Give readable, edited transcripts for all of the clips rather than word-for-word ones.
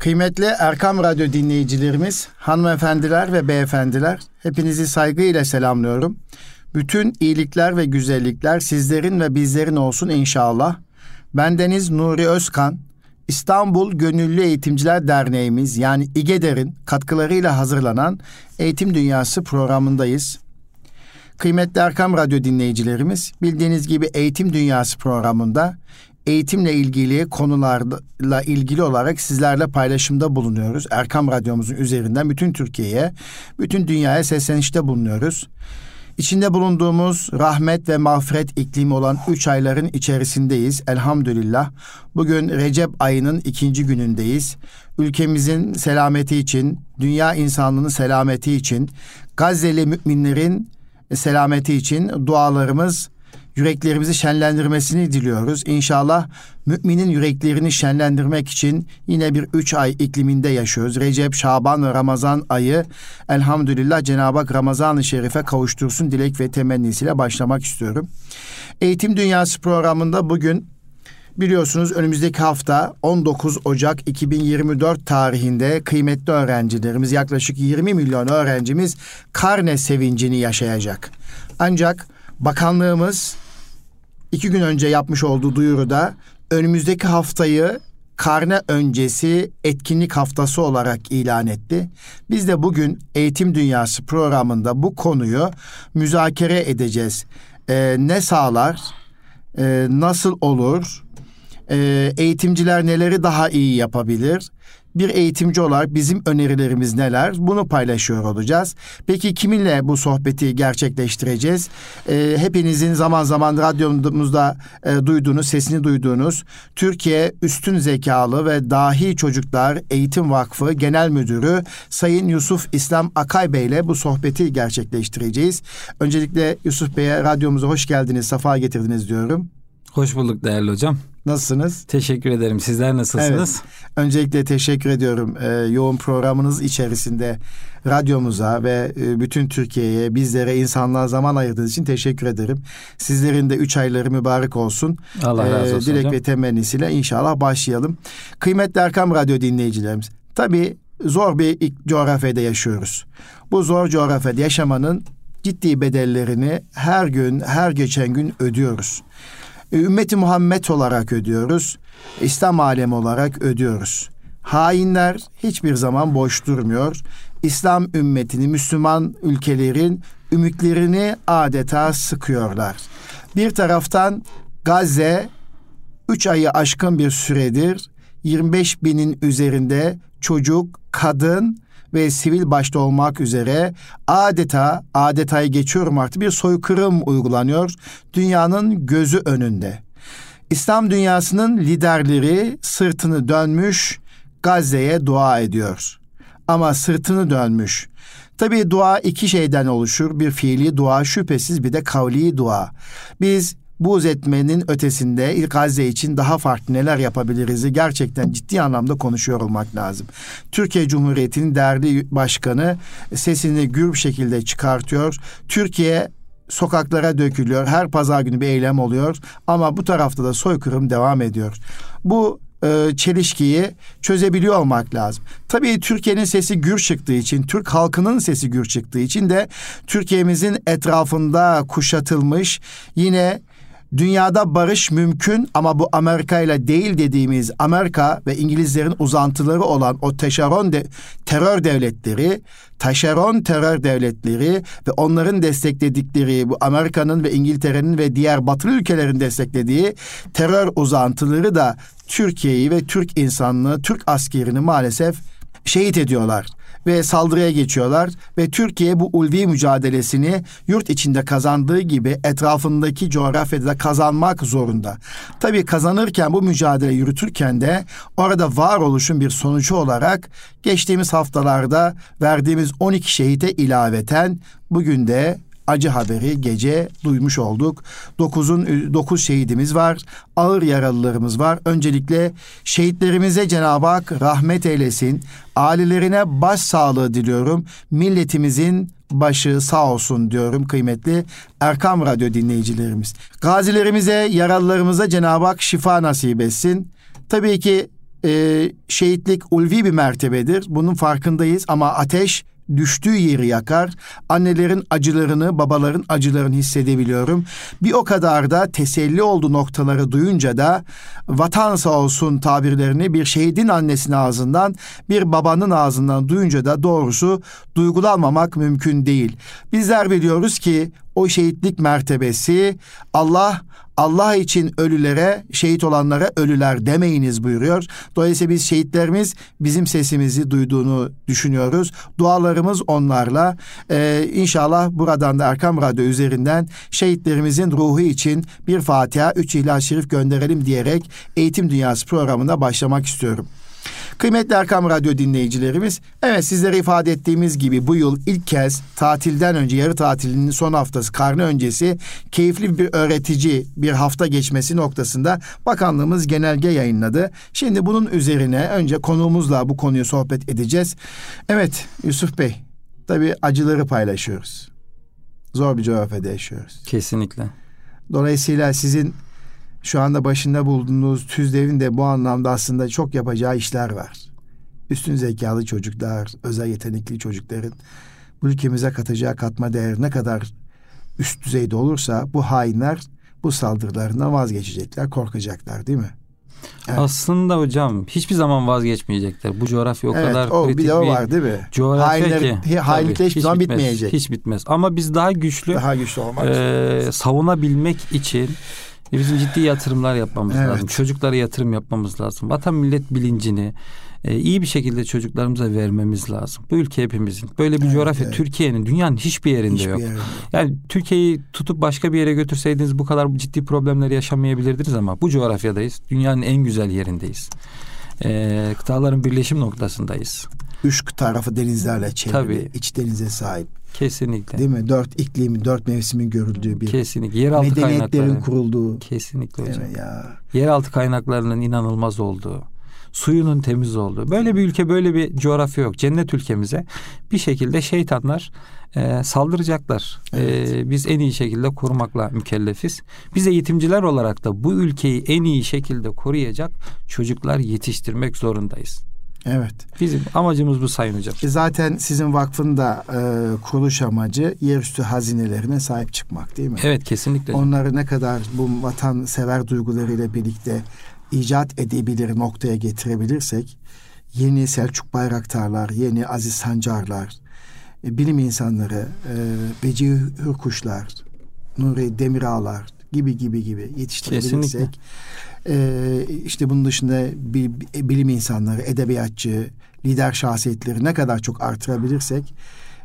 Kıymetli Erkam Radyo dinleyicilerimiz, hanımefendiler ve beyefendiler, hepinizi saygıyla selamlıyorum. Bütün iyilikler ve güzellikler sizlerin ve bizlerin olsun inşallah. Bendeniz Nuri Özkan, İstanbul Gönüllü Eğitimciler Derneğimiz yani İGEDER'in katkılarıyla hazırlanan Eğitim Dünyası programındayız. Kıymetli Erkam Radyo dinleyicilerimiz, bildiğiniz gibi Eğitim Dünyası programında eğitimle ilgili konularla ilgili olarak sizlerle paylaşımda bulunuyoruz. Erkam Radyomuzun üzerinden bütün Türkiye'ye, bütün dünyaya seslenişte bulunuyoruz. İçinde bulunduğumuz rahmet ve mağfiret iklimi olan 3 ayların içerisindeyiz. Elhamdülillah. Bugün Recep ayının 2. günündeyiz. Ülkemizin selameti için, dünya insanlığının selameti için, Gazze'li müminlerin selameti için dualarımız, yüreklerimizi şenlendirmesini diliyoruz. İnşallah müminin yüreklerini şenlendirmek için yine bir 3 ay ikliminde yaşıyoruz. Recep, Şaban ve Ramazan ayı elhamdülillah Cenab-ı Hak Ramazan-ı Şerif'e kavuştursun dilek ve temennisiyle başlamak istiyorum. Eğitim Dünyası programında bugün biliyorsunuz önümüzdeki hafta 19 Ocak 2024 tarihinde kıymetli öğrencilerimiz, yaklaşık 20 milyon öğrencimiz karne sevincini yaşayacak. Ancak bakanlığımız 2 gün önce yapmış olduğu duyuruda önümüzdeki haftayı karne öncesi etkinlik haftası olarak ilan etti. Biz de bugün Eğitim Dünyası programında bu konuyu müzakere edeceğiz. Ne sağlar, nasıl olur, eğitimciler neleri daha iyi yapabilir? Bir eğitimci olarak bizim önerilerimiz neler? Bunu paylaşıyor olacağız. Peki kiminle bu sohbeti gerçekleştireceğiz? Hepinizin zaman zaman radyomuzda duyduğunuz, sesini duyduğunuz Türkiye Üstün Zekalı ve Dahi Çocuklar Eğitim Vakfı Genel Müdürü Sayın Yusuf İslam Akay Bey ile bu sohbeti gerçekleştireceğiz. Öncelikle Yusuf Bey'e radyomuza hoş geldiniz, sefa getirdiniz diyorum. Hoş bulduk değerli hocam. Nasılsınız? Teşekkür ederim. Sizler nasılsınız? Evet. Öncelikle teşekkür ediyorum. Yoğun programınız içerisinde radyomuza ve bütün Türkiye'ye, bizlere, insanlığa zaman ayırdığınız için teşekkür ederim. Sizlerin de 3 ayları mübarek olsun. Allah razı olsun dilek hocam. ve temennisiyle inşallah başlayalım. Kıymetli Erkam Radyo dinleyicilerimiz, tabii zor bir coğrafyada yaşıyoruz. Bu zor coğrafyada yaşamanın ciddi bedellerini her gün, her geçen gün ödüyoruz. Ümmeti Muhammed olarak ödüyoruz. İslam alemi olarak ödüyoruz. Hainler hiçbir zaman boş durmuyor. İslam ümmetini, Müslüman ülkelerin ümitlerini adeta sıkıyorlar. Bir taraftan Gazze 3 ayı aşkın bir süredir 25 binin üzerinde çocuk, kadın ve sivil başta olmak üzere adetayı geçiyorum artık, bir soykırım uygulanıyor dünyanın gözü önünde. İslam dünyasının liderleri sırtını dönmüş Gazze'ye dua ediyor. Ama sırtını dönmüş. Tabii dua 2 şeyden oluşur. Bir fiili dua, şüphesiz bir de kavli dua. Biz buğz etmenin ötesinde Gazze için daha farklı neler yapabiliriz'i gerçekten ciddi anlamda konuşuyor olmak lazım. Türkiye Cumhuriyeti'nin değerli başkanı sesini gür bir şekilde çıkartıyor. Türkiye sokaklara dökülüyor. Her pazar günü bir eylem oluyor. Ama bu tarafta da soykırım devam ediyor. Bu çelişkiyi çözebiliyor olmak lazım. Tabii Türkiye'nin sesi gür çıktığı için, Türk halkının sesi gür çıktığı için de Türkiye'mizin etrafında kuşatılmış, yine dünyada barış mümkün ama bu Amerika ile değil dediğimiz Amerika ve İngilizlerin uzantıları olan o terör devletleri ve onların destekledikleri bu Amerika'nın ve İngiltere'nin ve diğer batılı ülkelerin desteklediği terör uzantıları da Türkiye'yi ve Türk insanlığı, Türk askerini maalesef şehit ediyorlar ve saldırıya geçiyorlar ve Türkiye bu ulvi mücadelesini yurt içinde kazandığı gibi etrafındaki coğrafyada da kazanmak zorunda. Tabii kazanırken, bu mücadele yürütürken de orada varoluşun bir sonucu olarak geçtiğimiz haftalarda verdiğimiz 12 şehite ilaveten bugün de acı haberi gece duymuş olduk. 9 şehidimiz var. Ağır yaralılarımız var. Öncelikle şehitlerimize Cenab-ı Hak rahmet eylesin. Ailelerine başsağlığı diliyorum. Milletimizin başı sağ olsun diyorum kıymetli Erkam Radyo dinleyicilerimiz. Gazilerimize, yaralılarımıza Cenab-ı Hak şifa nasip etsin. Tabii ki şehitlik ulvi bir mertebedir. Bunun farkındayız ama ateş düştüğü yeri yakar. Annelerin acılarını, babaların acılarını hissedebiliyorum. Bir o kadar da teselli olduğu noktaları duyunca da vatan sağ olsun tabirlerini bir şehidin annesinin ağzından, bir babanın ağzından duyunca da doğrusu duygulanmamak mümkün değil. Bizler biliyoruz ki o şehitlik mertebesi Allah için ölülere, şehit olanlara ölüler demeyiniz buyuruyor. Dolayısıyla biz şehitlerimiz bizim sesimizi duyduğunu düşünüyoruz. Dualarımız onlarla. İnşallah buradan da Erkam Radyo üzerinden şehitlerimizin ruhu için bir Fatiha, 3 İhlas-ı Şerif gönderelim diyerek Eğitim Dünyası programına başlamak istiyorum. Kıymetli Erkam Radyo dinleyicilerimiz, evet sizlere ifade ettiğimiz gibi bu yıl ilk kez tatilden önce, yarı tatilinin son haftası, karne öncesi keyifli bir öğretici bir hafta geçmesi noktasında bakanlığımız genelge yayınladı. Şimdi bunun üzerine önce konuğumuzla bu konuyu sohbet edeceğiz. Evet Yusuf Bey, tabii acıları paylaşıyoruz. Zor bir coğrafyada yaşıyoruz. Kesinlikle. Dolayısıyla sizin şu anda başında bulunduğunuz TÜZDEV'in de bu anlamda aslında çok yapacağı işler var. Üstün zekalı çocuklar, özel yetenekli çocukların bu ülkemize katacağı katma değeri ne kadar üst düzeyde olursa bu hainler bu saldırılarından vazgeçecekler, korkacaklar değil mi? Evet. Aslında hocam hiçbir zaman vazgeçmeyecekler. Bu coğrafya o kadar kritik bir de o var değil mi? Coğrafya ki hainlikle hiçbir zaman bitmeyecek. Hiç bitmez. Ama biz daha güçlü olmak savunabilmek için bizim ciddi yatırımlar yapmamız lazım. Çocuklara yatırım yapmamız lazım. Vatan millet bilincini iyi bir şekilde çocuklarımıza vermemiz lazım. Bu ülke hepimizin. Böyle bir coğrafya Türkiye'nin, dünyanın hiçbir yerinde yok. Yani Türkiye'yi tutup başka bir yere götürseydiniz bu kadar ciddi problemleri yaşamayabilirdiniz ama bu coğrafyadayız. Dünyanın en güzel yerindeyiz. Kıtaların birleşim noktasındayız. 3 tarafı denizlerle çevrili, iç denize sahip. Kesinlikle. Değil mi? 4 iklimi, 4 mevsimin görüldüğü bir kesinlikle. Yeraltı medeniyetlerin kaynakları kurulduğu. Kesinlikle hocam. Ya. Yeraltı kaynaklarının inanılmaz olduğu, suyunun temiz olduğu. Böyle bir ülke, böyle bir coğrafya yok. Cennet ülkemize bir şekilde şeytanlar saldıracaklar. Evet. Biz en iyi şekilde korumakla mükellefiz. Biz eğitimciler olarak da bu ülkeyi en iyi şekilde koruyacak çocuklar yetiştirmek zorundayız. Evet. Bizim amacımız bu sayın hocam. Zaten sizin vakfın da kuruluş amacı yerüstü hazinelerine sahip çıkmak değil mi? Evet kesinlikle. Onları ne kadar bu vatansever duygularıyla birlikte icat edebilir noktaya getirebilirsek yeni Selçuk Bayraktarlar, yeni Aziz Sancarlar, bilim insanları, Beci Hürkuşlar, Nuri Demirağlar gibi yetiştirebilirsek işte bunun dışında bilim insanları, edebiyatçı, lider şahsiyetleri ne kadar çok artırabilirsek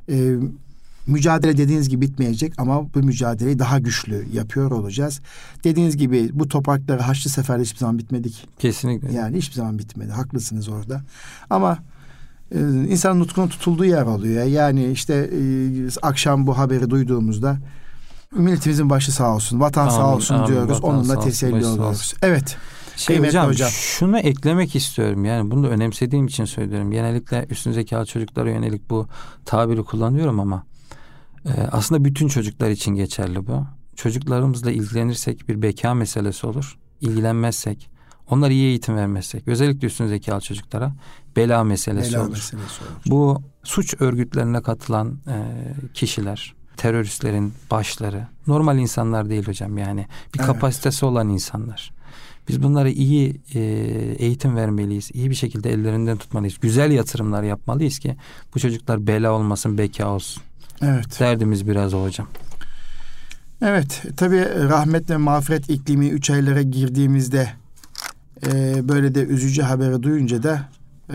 mücadele dediğiniz gibi bitmeyecek ama bu mücadeleyi daha güçlü yapıyor olacağız. Dediğiniz gibi bu toprakları Haçlı Sefer'de hiçbir zaman bitmedik. Kesinlikle. Yani hiçbir zaman bitmedi. Haklısınız orada. Ama insanın nutkunun tutulduğu yer oluyor. Yani işte akşam bu haberi duyduğumuzda milletimizin başı sağ olsun, vatan sağ olsun diyoruz. Onunla teselli oluyoruz. Evet. Hocam şunu eklemek istiyorum. Yani bunu da önemsediğim için söylüyorum. Genellikle üstün zekalı çocuklara yönelik bu tabiri kullanıyorum ama aslında bütün çocuklar için geçerli bu. Çocuklarımızla ilgilenirsek bir beka meselesi olur. İlgilenmezsek, onlara iyi eğitim vermezsek, özellikle üstün zekalı çocuklara bela meselesi olur. Bu suç örgütlerine katılan kişiler, teröristlerin başları, normal insanlar değil hocam yani. Bir kapasitesi olan insanlar. Biz bunlara iyi eğitim vermeliyiz. İyi bir şekilde ellerinden tutmalıyız. Güzel yatırımlar yapmalıyız ki bu çocuklar bela olmasın, beka olsun. Evet. Derdimiz biraz o hocam. Evet. Tabii rahmet ve mağfiret iklimi 3 aylara girdiğimizde böyle de üzücü haberi duyunca da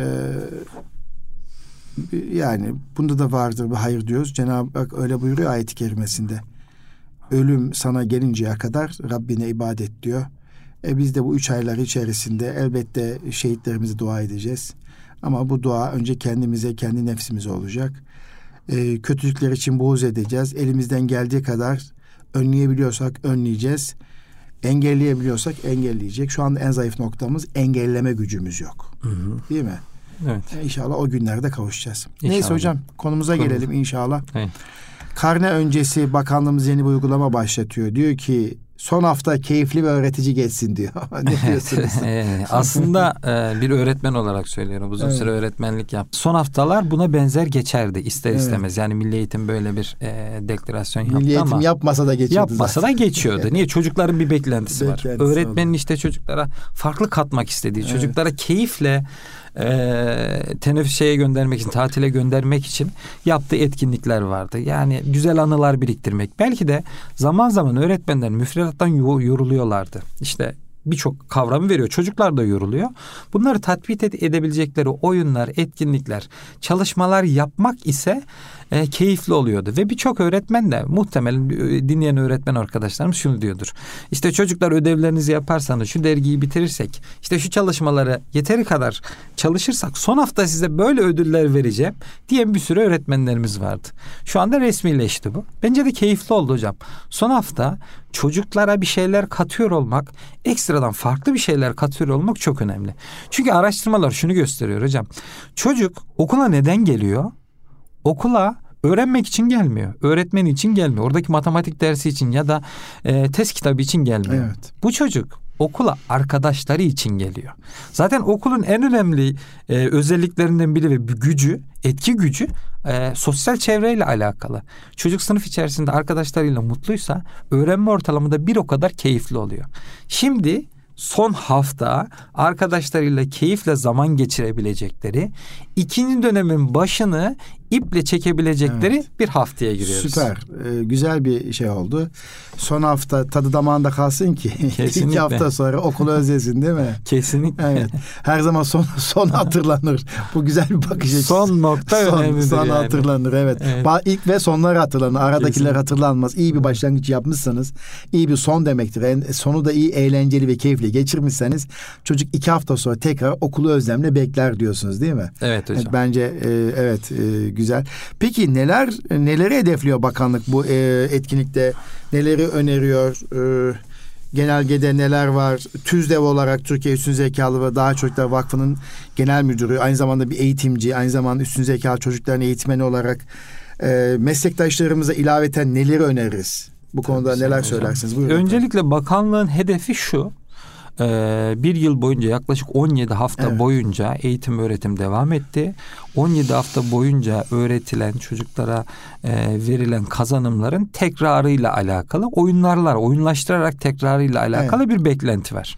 yani bunda da vardır bir hayır diyoruz. Cenab-ı Hak öyle buyuruyor ayet-i kerimesinde. Ölüm sana gelinceye kadar Rabbine ibadet diyor. Biz de bu 3 aylar içerisinde elbette şehitlerimize dua edeceğiz. Ama bu dua önce kendimize, kendi nefsimize olacak. Kötülükler için buğz edeceğiz. Elimizden geldiği kadar önleyebiliyorsak önleyeceğiz. Engelleyebiliyorsak engelleyecek. Şu anda en zayıf noktamız engelleme gücümüz yok. Değil mi? Evet. İnşallah o günlerde kavuşacağız. İnşallah. Neyse hocam konumuza gelelim inşallah. Evet. Karne öncesi bakanlığımız yeni bir uygulama başlatıyor. Diyor ki son hafta keyifli ve öğretici geçsin diyor. Ne diyorsunuz? Aslında bir öğretmen olarak söylüyorum. Uzun süre öğretmenlik yaptım. Son haftalar buna benzer geçerdi ister istemez. Yani Milli Eğitim böyle bir deklarasyon yaptı Milli Eğitim ama yapmasa da geçiyordu. Yapmasa da geçiyordu. Niye? Çocukların bir beklentisi var. Öğretmenin oldu. işte çocuklara farklı katmak istediği, çocuklara keyifle teneffüse göndermek için, tatile göndermek için yaptığı etkinlikler vardı. Yani güzel anılar biriktirmek. Belki de zaman zaman öğretmenler müfredattan yoruluyorlardı. İşte birçok kavramı veriyor. Çocuklar da yoruluyor. Bunları tatbik edebilecekleri oyunlar, etkinlikler, çalışmalar yapmak ise keyifli oluyordu. Ve birçok öğretmen de muhtemelen dinleyen öğretmen arkadaşlarım şunu diyordur. İşte çocuklar ödevlerinizi yaparsanız, şu dergiyi bitirirsek, işte şu çalışmaları yeteri kadar çalışırsak son hafta size böyle ödüller vereceğim diyen bir sürü öğretmenlerimiz vardı. Şu anda resmileşti bu. Bence de keyifli oldu hocam. Son hafta çocuklara bir şeyler katıyor olmak, ekstradan farklı bir şeyler katıyor olmak çok önemli. Çünkü araştırmalar şunu gösteriyor hocam. Çocuk okula neden geliyor? Okula öğrenmek için gelmiyor. Öğretmen için gelmiyor. Oradaki matematik dersi için ya da test kitabı için gelmiyor. Evet. Bu çocuk okula arkadaşları için geliyor. Zaten okulun en önemli özelliklerinden biri ve gücü, etki gücü sosyal çevreyle alakalı. Çocuk sınıf içerisinde arkadaşlarıyla mutluysa öğrenme ortamında bir o kadar keyifli oluyor. Şimdi son hafta arkadaşlarıyla keyifle zaman geçirebilecekleri, ikinci dönemin başını iple çekebilecekleri bir haftaya giriyoruz. Süper. Güzel bir şey oldu. Son hafta tadı damağında kalsın ki Kesinlikle. 2 hafta sonra okulu özlesin değil mi? Kesinlikle. Evet. Her zaman son hatırlanır. Bu güzel bir bakış açısı. Son nokta önemlidir son yani. hatırlanır evet. İlk ve sonlar hatırlanır. Aradakiler Kesinlikle. Hatırlanmaz. İyi bir başlangıç yapmışsanız iyi bir son demektir. Sonu da iyi, eğlenceli ve keyifli geçirmişseniz çocuk 2 hafta sonra tekrar okulu özlemle bekler diyorsunuz değil mi? Evet hocam. Bence güzel. Peki neleri hedefliyor bakanlık bu etkinlikte? Neleri öneriyor? Genelgede neler var? TÜZDEV olarak Türkiye Üstün Zekalı ve Daha Çocuklar Vakfı'nın genel müdürü, aynı zamanda bir eğitimci, aynı zamanda üstün zekalı çocukların eğitmeni olarak meslektaşlarımıza ilaveten neleri öneririz? Bu konuda neler söylersiniz? Buyurun. Öncelikle bakanlığın hedefi şu. Bir yıl boyunca yaklaşık 17 hafta boyunca eğitim öğretim devam etti. 17 hafta boyunca öğretilen çocuklara verilen kazanımların tekrarıyla alakalı oyunlaştırarak tekrarıyla alakalı bir beklenti var.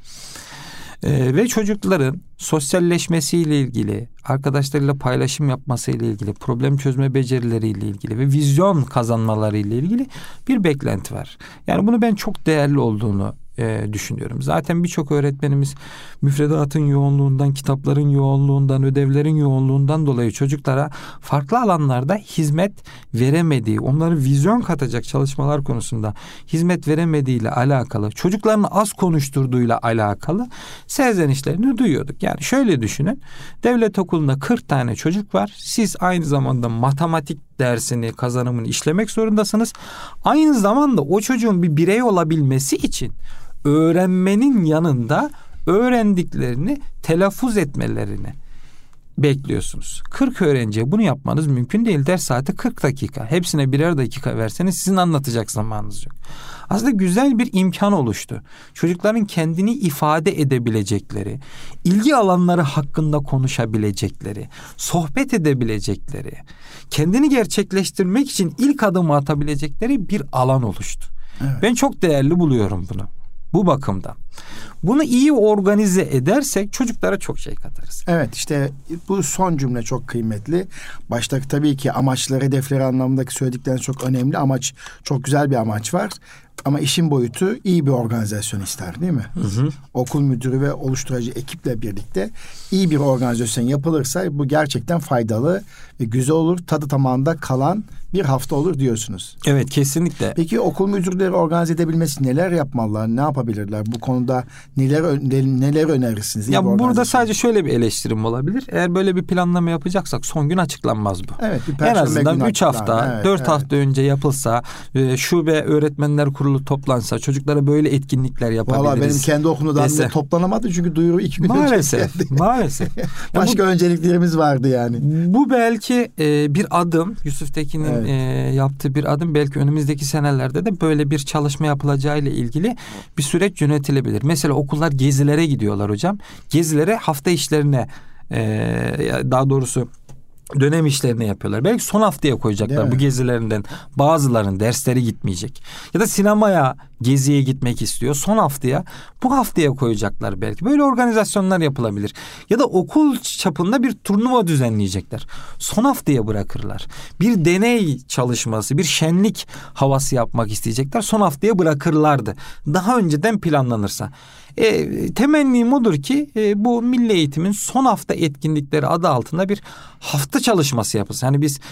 Ve çocukların sosyalleşmesiyle ilgili, arkadaşlarıyla paylaşım yapmasıyla ilgili, problem çözme becerileriyle ilgili ve vizyon kazanmalarıyla ilgili bir beklenti var. Yani bunu ben çok değerli olduğunu düşünüyorum. Zaten birçok öğretmenimiz müfredatın yoğunluğundan, kitapların yoğunluğundan, ödevlerin yoğunluğundan dolayı çocuklara farklı alanlarda hizmet veremediği, onları vizyon katacak çalışmalar konusunda hizmet veremediğiyle alakalı, çocuklarını az konuşturduğuyla alakalı serzenişlerini duyuyorduk. Yani şöyle düşünün, devlet okulunda 40 tane çocuk var. Siz aynı zamanda matematik dersini, kazanımını işlemek zorundasınız. Aynı zamanda o çocuğun bir birey olabilmesi için öğrenmenin yanında öğrendiklerini telaffuz etmelerini bekliyorsunuz. 40 öğrenciye bunu yapmanız mümkün değil. Ders saati 40 dakika. Hepsine birer dakika verseniz sizin anlatacak zamanınız yok. Aslında güzel bir imkan oluştu. Çocukların kendini ifade edebilecekleri, ilgi alanları hakkında konuşabilecekleri, sohbet edebilecekleri, kendini gerçekleştirmek için ilk adımı atabilecekleri bir alan oluştu. Evet. Ben çok değerli buluyorum bunu. Bu bakımdan. Bunu iyi organize edersek çocuklara çok şey katarız. Evet, işte bu son cümle çok kıymetli. Başta tabii ki amaçları, hedefleri anlamındaki söyledikleriniz çok önemli. Amaç, çok güzel bir amaç var. Ama işin boyutu iyi bir organizasyon ister değil mi? Hı. Okul müdürü ve oluşturucu ekiple birlikte iyi bir organizasyon yapılırsa bu gerçekten faydalı ve güzel olur. Tadı tamamında kalan bir hafta olur diyorsunuz. Evet, kesinlikle. Peki okul müdürleri organize edebilmesi neler yapmalılar, ne yapabilirler? Bu konuda neler önerirsiniz? Ya burada sadece şöyle bir eleştirim olabilir. Eğer böyle bir planlama yapacaksak son gün açıklanmaz bu. Evet, en azından 3 hafta, 4 hafta önce yapılsa, şube öğretmenler kurulu toplansa, çocuklara böyle etkinlikler yapabiliriz. Valla benim kendi okulumda toplanamadı çünkü duyuru 2 gün önce geldi. Maalesef. Başka önceliklerimiz vardı yani. Bu belki bir adım, Yusuf Tekin'in yaptığı bir adım, belki önümüzdeki senelerde de böyle bir çalışma yapılacağıyla ilgili bir süreç yönetilebilir. Mesela okullar gezilere gidiyorlar hocam. Gezilere hafta işlerine daha doğrusu dönem işlerini yapıyorlar. Belki son haftaya koyacaklar bu gezilerinden. Bazılarının dersleri gitmeyecek. Ya da sinemaya, geziye gitmek istiyor. Son haftaya, bu haftaya koyacaklar belki. Böyle organizasyonlar yapılabilir. Ya da okul çapında bir turnuva düzenleyecekler. Son haftaya bırakırlar. Bir deney çalışması, bir şenlik havası yapmak isteyecekler. Son haftaya bırakırlardı. Daha önceden planlanırsa. Temennim odur ki bu milli eğitimin son hafta etkinlikleri adı altında bir hafta çalışması yapılsın. Hani biz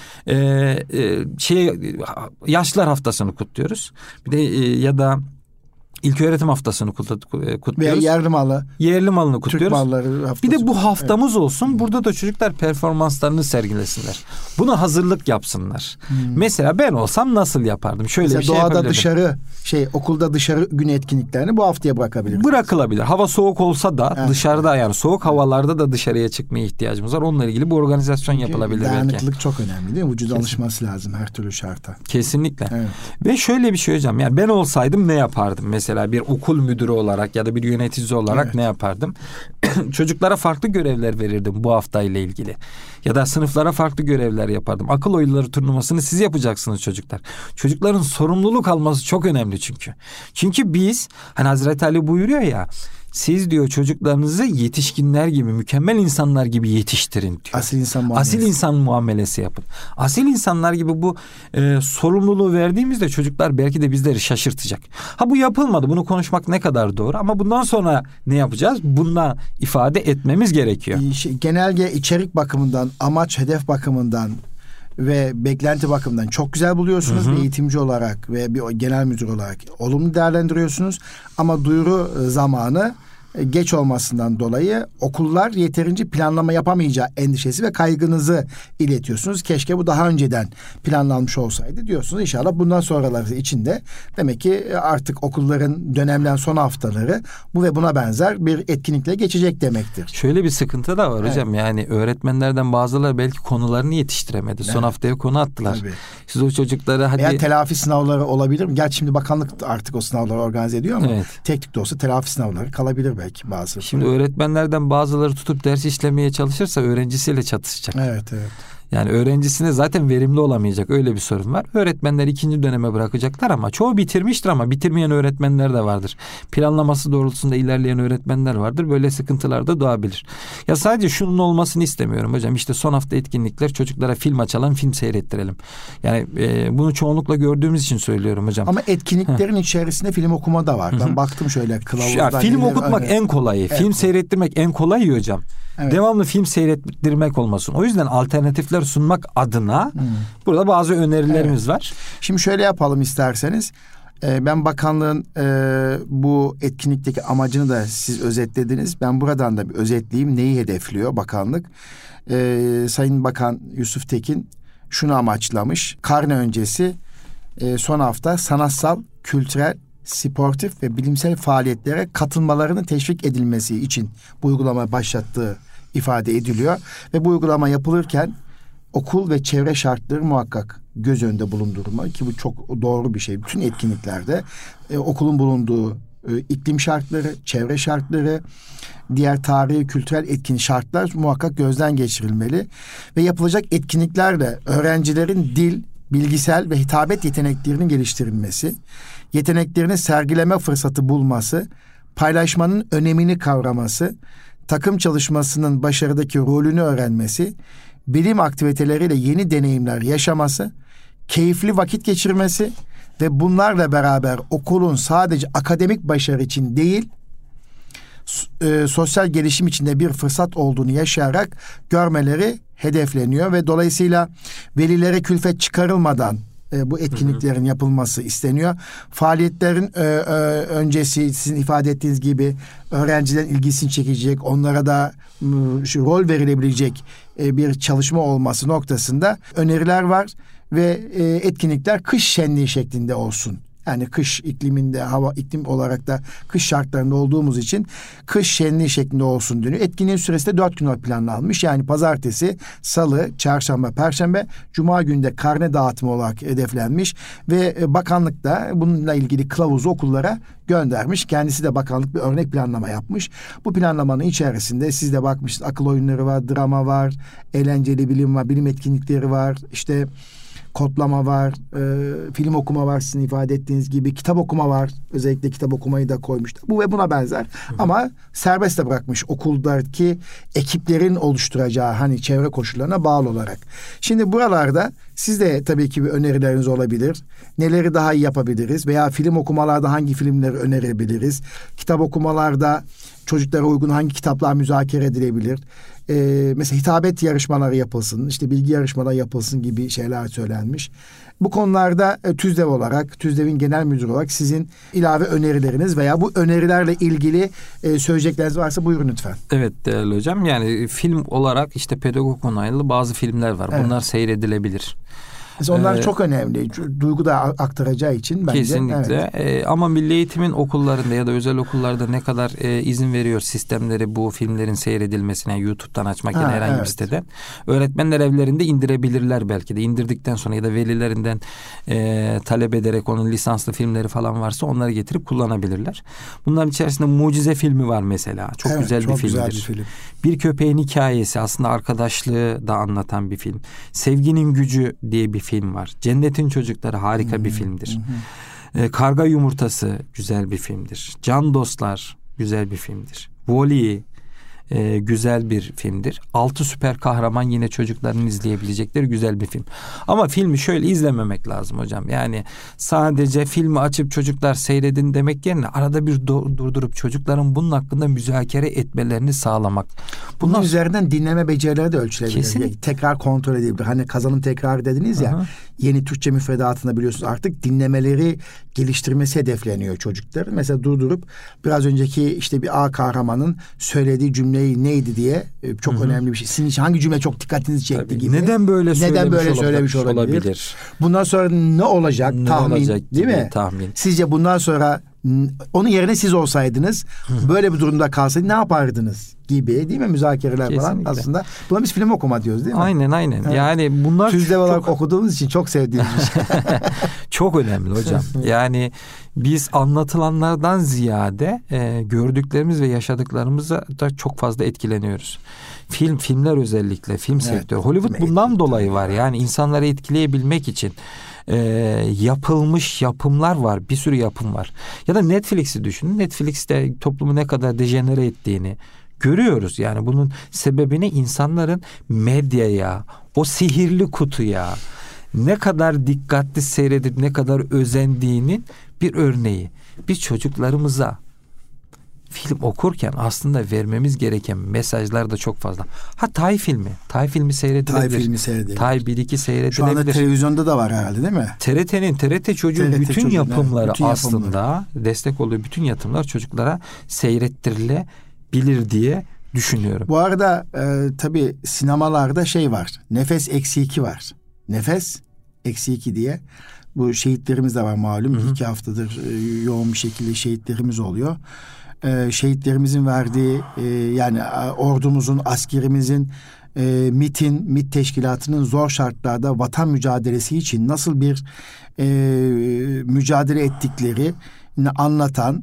yaşlılar haftasını kutluyoruz. Bir de ya da İlköğretim haftasını kutluyoruz. Veya yerli malını kutluyoruz. Türk malları haftası. Bir de bu haftamız olsun. Burada da çocuklar performanslarını sergilesinler. Buna hazırlık yapsınlar. Mesela ben olsam nasıl yapardım? Şöyle mesela bir şey doğada dışarı okulda dışarı gün etkinliklerini bu haftaya bırakabiliriz. Bırakılabilir. Hava soğuk olsa da dışarıda, yani soğuk havalarda da dışarıya çıkmaya ihtiyacımız var. Onunla ilgili bu organizasyon yapılabilir belki. Dayanıklılık çok önemli değil mi? Vücuda alışması lazım her türlü şarta. Kesinlikle. Evet. Ve şöyle bir şey hocam. Yani ben olsaydım ne yapardım? Mesela bir okul müdürü olarak ya da bir yönetici olarak ne yapardım? Çocuklara farklı görevler verirdim bu haftayla ilgili. Ya da sınıflara farklı görevler yapardım. Akıl oyunları turnuvasını siz yapacaksınız çocuklar. Çocukların sorumluluk alması çok önemli çünkü. Çünkü biz, hani Hazreti Ali buyuruyor ya, siz diyor çocuklarınızı yetişkinler gibi, mükemmel insanlar gibi yetiştirin diyor. Asil insan muamelesi yapın. Asil insanlar gibi bu sorumluluğu verdiğimizde çocuklar belki de bizleri şaşırtacak. Ha, bu yapılmadı. Bunu konuşmak ne kadar doğru, ama bundan sonra ne yapacağız? Bundan ifade etmemiz gerekiyor. Genelge içerik bakımından, amaç, hedef bakımından ve beklenti bakımından çok güzel buluyorsunuz. Bir eğitimci olarak ve bir genel müdür olarak olumlu değerlendiriyorsunuz. Ama duyuru zamanı geç olmasından dolayı okullar yeterince planlama yapamayacağı endişesi ve kaygınızı iletiyorsunuz. Keşke bu daha önceden planlanmış olsaydı diyorsunuz. İnşallah bundan sonraları için de demek ki artık okulların dönemden son haftaları bu ve buna benzer bir etkinlikle geçecek demektir. Şöyle bir sıkıntı da var hocam. Yani öğretmenlerden bazıları belki konularını yetiştiremedi. Son haftaya konu attılar. Tabii. Siz o çocuklara veya telafi sınavları olabilir mi? Gerçi şimdi bakanlık artık o sınavları organize ediyor ama teknik de olsa telafi sınavları kalabilir belki bazı. Şimdi öğretmenlerden bazıları tutup ders işlemeye çalışırsa öğrencisiyle çatışacak. Evet. Yani öğrencisine zaten verimli olamayacak, öyle bir sorun var. Öğretmenler 2. döneme bırakacaklar ama çoğu bitirmiştir, ama bitirmeyen öğretmenler de vardır. Planlaması doğrultusunda ilerleyen öğretmenler vardır. Böyle sıkıntılar da doğabilir. Ya sadece şunun olmasını istemiyorum hocam. İşte son hafta etkinlikler, çocuklara film açalım, film seyrettirelim. Yani bunu çoğunlukla gördüğümüz için söylüyorum hocam. Ama etkinliklerin içerisinde film okuma da var. Ben baktım şöyle kılavuzdan. Film okutmak en kolayı. Film seyrettirmek en kolayı hocam. Evet. Devamlı film seyrettirmek olmasın. O yüzden alternatifler sunmak adına burada bazı önerilerimiz var. Şimdi şöyle yapalım isterseniz. Ben bakanlığın bu etkinlikteki amacını da siz özetlediniz. Ben buradan da bir özetleyeyim. Neyi hedefliyor bakanlık? Sayın Bakan Yusuf Tekin şunu amaçlamış. Karne öncesi son hafta sanatsal, kültürel, sportif ve bilimsel faaliyetlere katılmalarının teşvik edilmesi için bu uygulama başlattığı ifade ediliyor. Ve bu uygulama yapılırken okul ve çevre şartları muhakkak göz önünde bulundurma, ki bu çok doğru bir şey. Bütün etkinliklerde okulun bulunduğu iklim şartları, çevre şartları, diğer tarihi, kültürel etkin şartlar muhakkak gözden geçirilmeli. Ve yapılacak etkinliklerle öğrencilerin dil, bilgisel ve hitabet yeteneklerinin geliştirilmesi, yeteneklerini sergileme fırsatı bulması, paylaşmanın önemini kavraması, takım çalışmasının başarıdaki rolünü öğrenmesi, bilim aktiviteleriyle yeni deneyimler yaşaması, keyifli vakit geçirmesi ve bunlarla beraber okulun sadece akademik başarı için değil, sosyal gelişim içinde bir fırsat olduğunu yaşayarak görmeleri hedefleniyor ve dolayısıyla velilere külfet çıkarılmadan bu etkinliklerin yapılması isteniyor. Faaliyetlerin öncesi sizin ifade ettiğiniz gibi öğrencilerin ilgisini çekecek, onlara da rol verilebilecek bir çalışma olması noktasında öneriler var ve etkinlikler kış şenliği şeklinde olsun. Yani kış ikliminde, iklim olarak da kış şartlarında olduğumuz için kış şenliği şeklinde olsun deniyor. Etkinliğin süresi de 4 gün planlanmış. Yani pazartesi, salı, çarşamba, perşembe, cuma günde karne dağıtımı olarak hedeflenmiş. Ve bakanlık da bununla ilgili kılavuzu okullara göndermiş. Kendisi de bakanlık bir örnek planlama yapmış. Bu planlamanın içerisinde siz de bakmışsınız, akıl oyunları var, drama var, eğlenceli bilim var, bilim etkinlikleri var, işte kodlama var, film okuma var sizin ifade ettiğiniz gibi, kitap okuma var. Özellikle kitap okumayı da koymuşlar. Bu ve buna benzer. Ama serbest de bırakmış okuldaki ekiplerin oluşturacağı hani çevre koşullarına bağlı olarak. Şimdi buralarda siz de tabii ki bir önerileriniz olabilir. Neleri daha iyi yapabiliriz veya film okumalarda hangi filmleri önerebiliriz? Kitap okumalarda çocuklara uygun hangi kitaplar müzakere edilebilir? Mesela hitabet yarışmaları yapılsın, işte bilgi yarışmaları yapılsın gibi şeyler söylenmiş. Bu konularda TÜZDEV olarak, TÜZDEV'in genel müdürü olarak sizin ilave önerileriniz veya bu önerilerle ilgili söyleyecekleriniz varsa buyurun lütfen. Evet değerli hocam, yani film olarak işte pedagog onaylı bazı filmler var. Evet. Bunlar seyredilebilir. Mesela onlar çok önemli. Duygu da aktaracağı için bence. Kesinlikle. Evet. Ama Milli Eğitim'in okullarında ya da özel okullarda ne kadar izin veriyor sistemleri bu filmlerin seyredilmesine, YouTube'dan açmak ya herhangi bir siteden. Öğretmenler evlerinde indirebilirler belki de. İndirdikten sonra ya da velilerinden talep ederek onun lisanslı filmleri falan varsa onları getirip kullanabilirler. Bunların içerisinde Mucize filmi var mesela. Çok güzel bir filmdir. Güzel bir film. Bir Köpeğin Hikayesi, aslında arkadaşlığı da anlatan bir film. Sevginin Gücü diye bir film var. Cennetin Çocukları harika bir filmdir. Karga Yumurtası güzel bir filmdir. Can Dostlar güzel bir filmdir. Wall-E güzel bir filmdir. 6 Süper Kahraman yine çocukların izleyebilecekleri güzel bir film. Ama filmi şöyle izlememek lazım hocam. Yani sadece filmi açıp çocuklar seyredin demek yerine arada bir durdurup çocukların bunun hakkında müzakere etmelerini sağlamak. Bunun üzerinden dinleme becerileri de ölçülebilir. Kesinlikle. Tekrar kontrol edebilir. Hani kazanım tekrarı dediniz ya. Aha. Yeni Türkçe müfredatında biliyorsunuz artık dinlemeleri geliştirmesi hedefleniyor çocuklar. Mesela durdurup biraz önceki işte bir A kahramanın söylediği cümleyi neydi diye çok önemli bir şey. Sizin için hangi cümle çok dikkatinizi çekti Tabii. gibi. Neden böyle söylemiş olabilir? Bundan sonra ne olacak? Tahmin olacak değil mi? Tahmin. Sizce bundan sonra onun yerine siz olsaydınız böyle bir durumda kalsaydı ne yapardınız gibi değil mi? Müzakereler kesinlikle. Falan aslında. Buna biz film okuma diyoruz değil mi? Aynen. Evet. Yani bunlar TÜZDEV olarak okuduğumuz için çok sevdiğimiz bir şey. Çok önemli hocam. Yani biz anlatılanlardan ziyade gördüklerimiz ve yaşadıklarımıza da çok fazla etkileniyoruz. Filmler özellikle film sektörü. Hollywood bundan dolayı var. Yani insanları etkileyebilmek için yapılmış yapımlar var. Bir sürü yapım var. Ya da Netflix'i düşünün. Netflix'te toplumu ne kadar dejenere ettiğini görüyoruz. Yani bunun sebebini insanların medyaya, o sihirli kutuya ne kadar dikkatli seyredip ne kadar özendiğinin bir örneği. Biz çocuklarımıza film okurken aslında vermemiz gereken mesajlar da çok fazla. Tay filmi seyredilebilir. Tay filmi seyredilebilir. Tay 1-2 seyredilebilir. Şu anda televizyonda da var herhalde değil mi? TRT Çocuğu bütün yapımları aslında destek oluyor. Bütün yapımlar çocuklara seyrettirilebilir diye düşünüyorum. Bu arada tabii sinemalarda var. Nefes -2 var. Nefes -2 diye. Bu şehitlerimiz de var malum. 2 haftadır yoğun bir şekilde şehitlerimiz oluyor. Şehitlerimizin verdiği yani ordumuzun, askerimizin MİT teşkilatının zor şartlarda vatan mücadelesi için nasıl bir mücadele ettikleri anlatan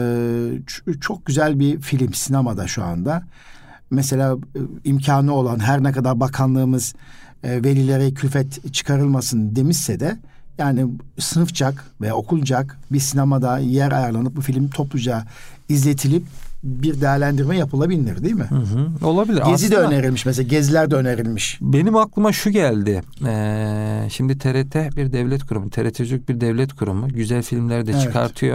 çok güzel bir film sinemada şu anda. Mesela imkanı olan her ne kadar bakanlığımız velilere külfet çıkarılmasın demişse de yani sınıfçak veya okulcak bir sinemada yer ayarlanıp bu film topluca izletilip bir değerlendirme yapılabilir değil mi? Olabilir. Gezi aslında, de önerilmiş mesela. Geziler de önerilmiş. Benim aklıma şu geldi. Şimdi TRT bir devlet kurumu. TRT Çocuk bir devlet kurumu. Güzel filmler de çıkartıyor.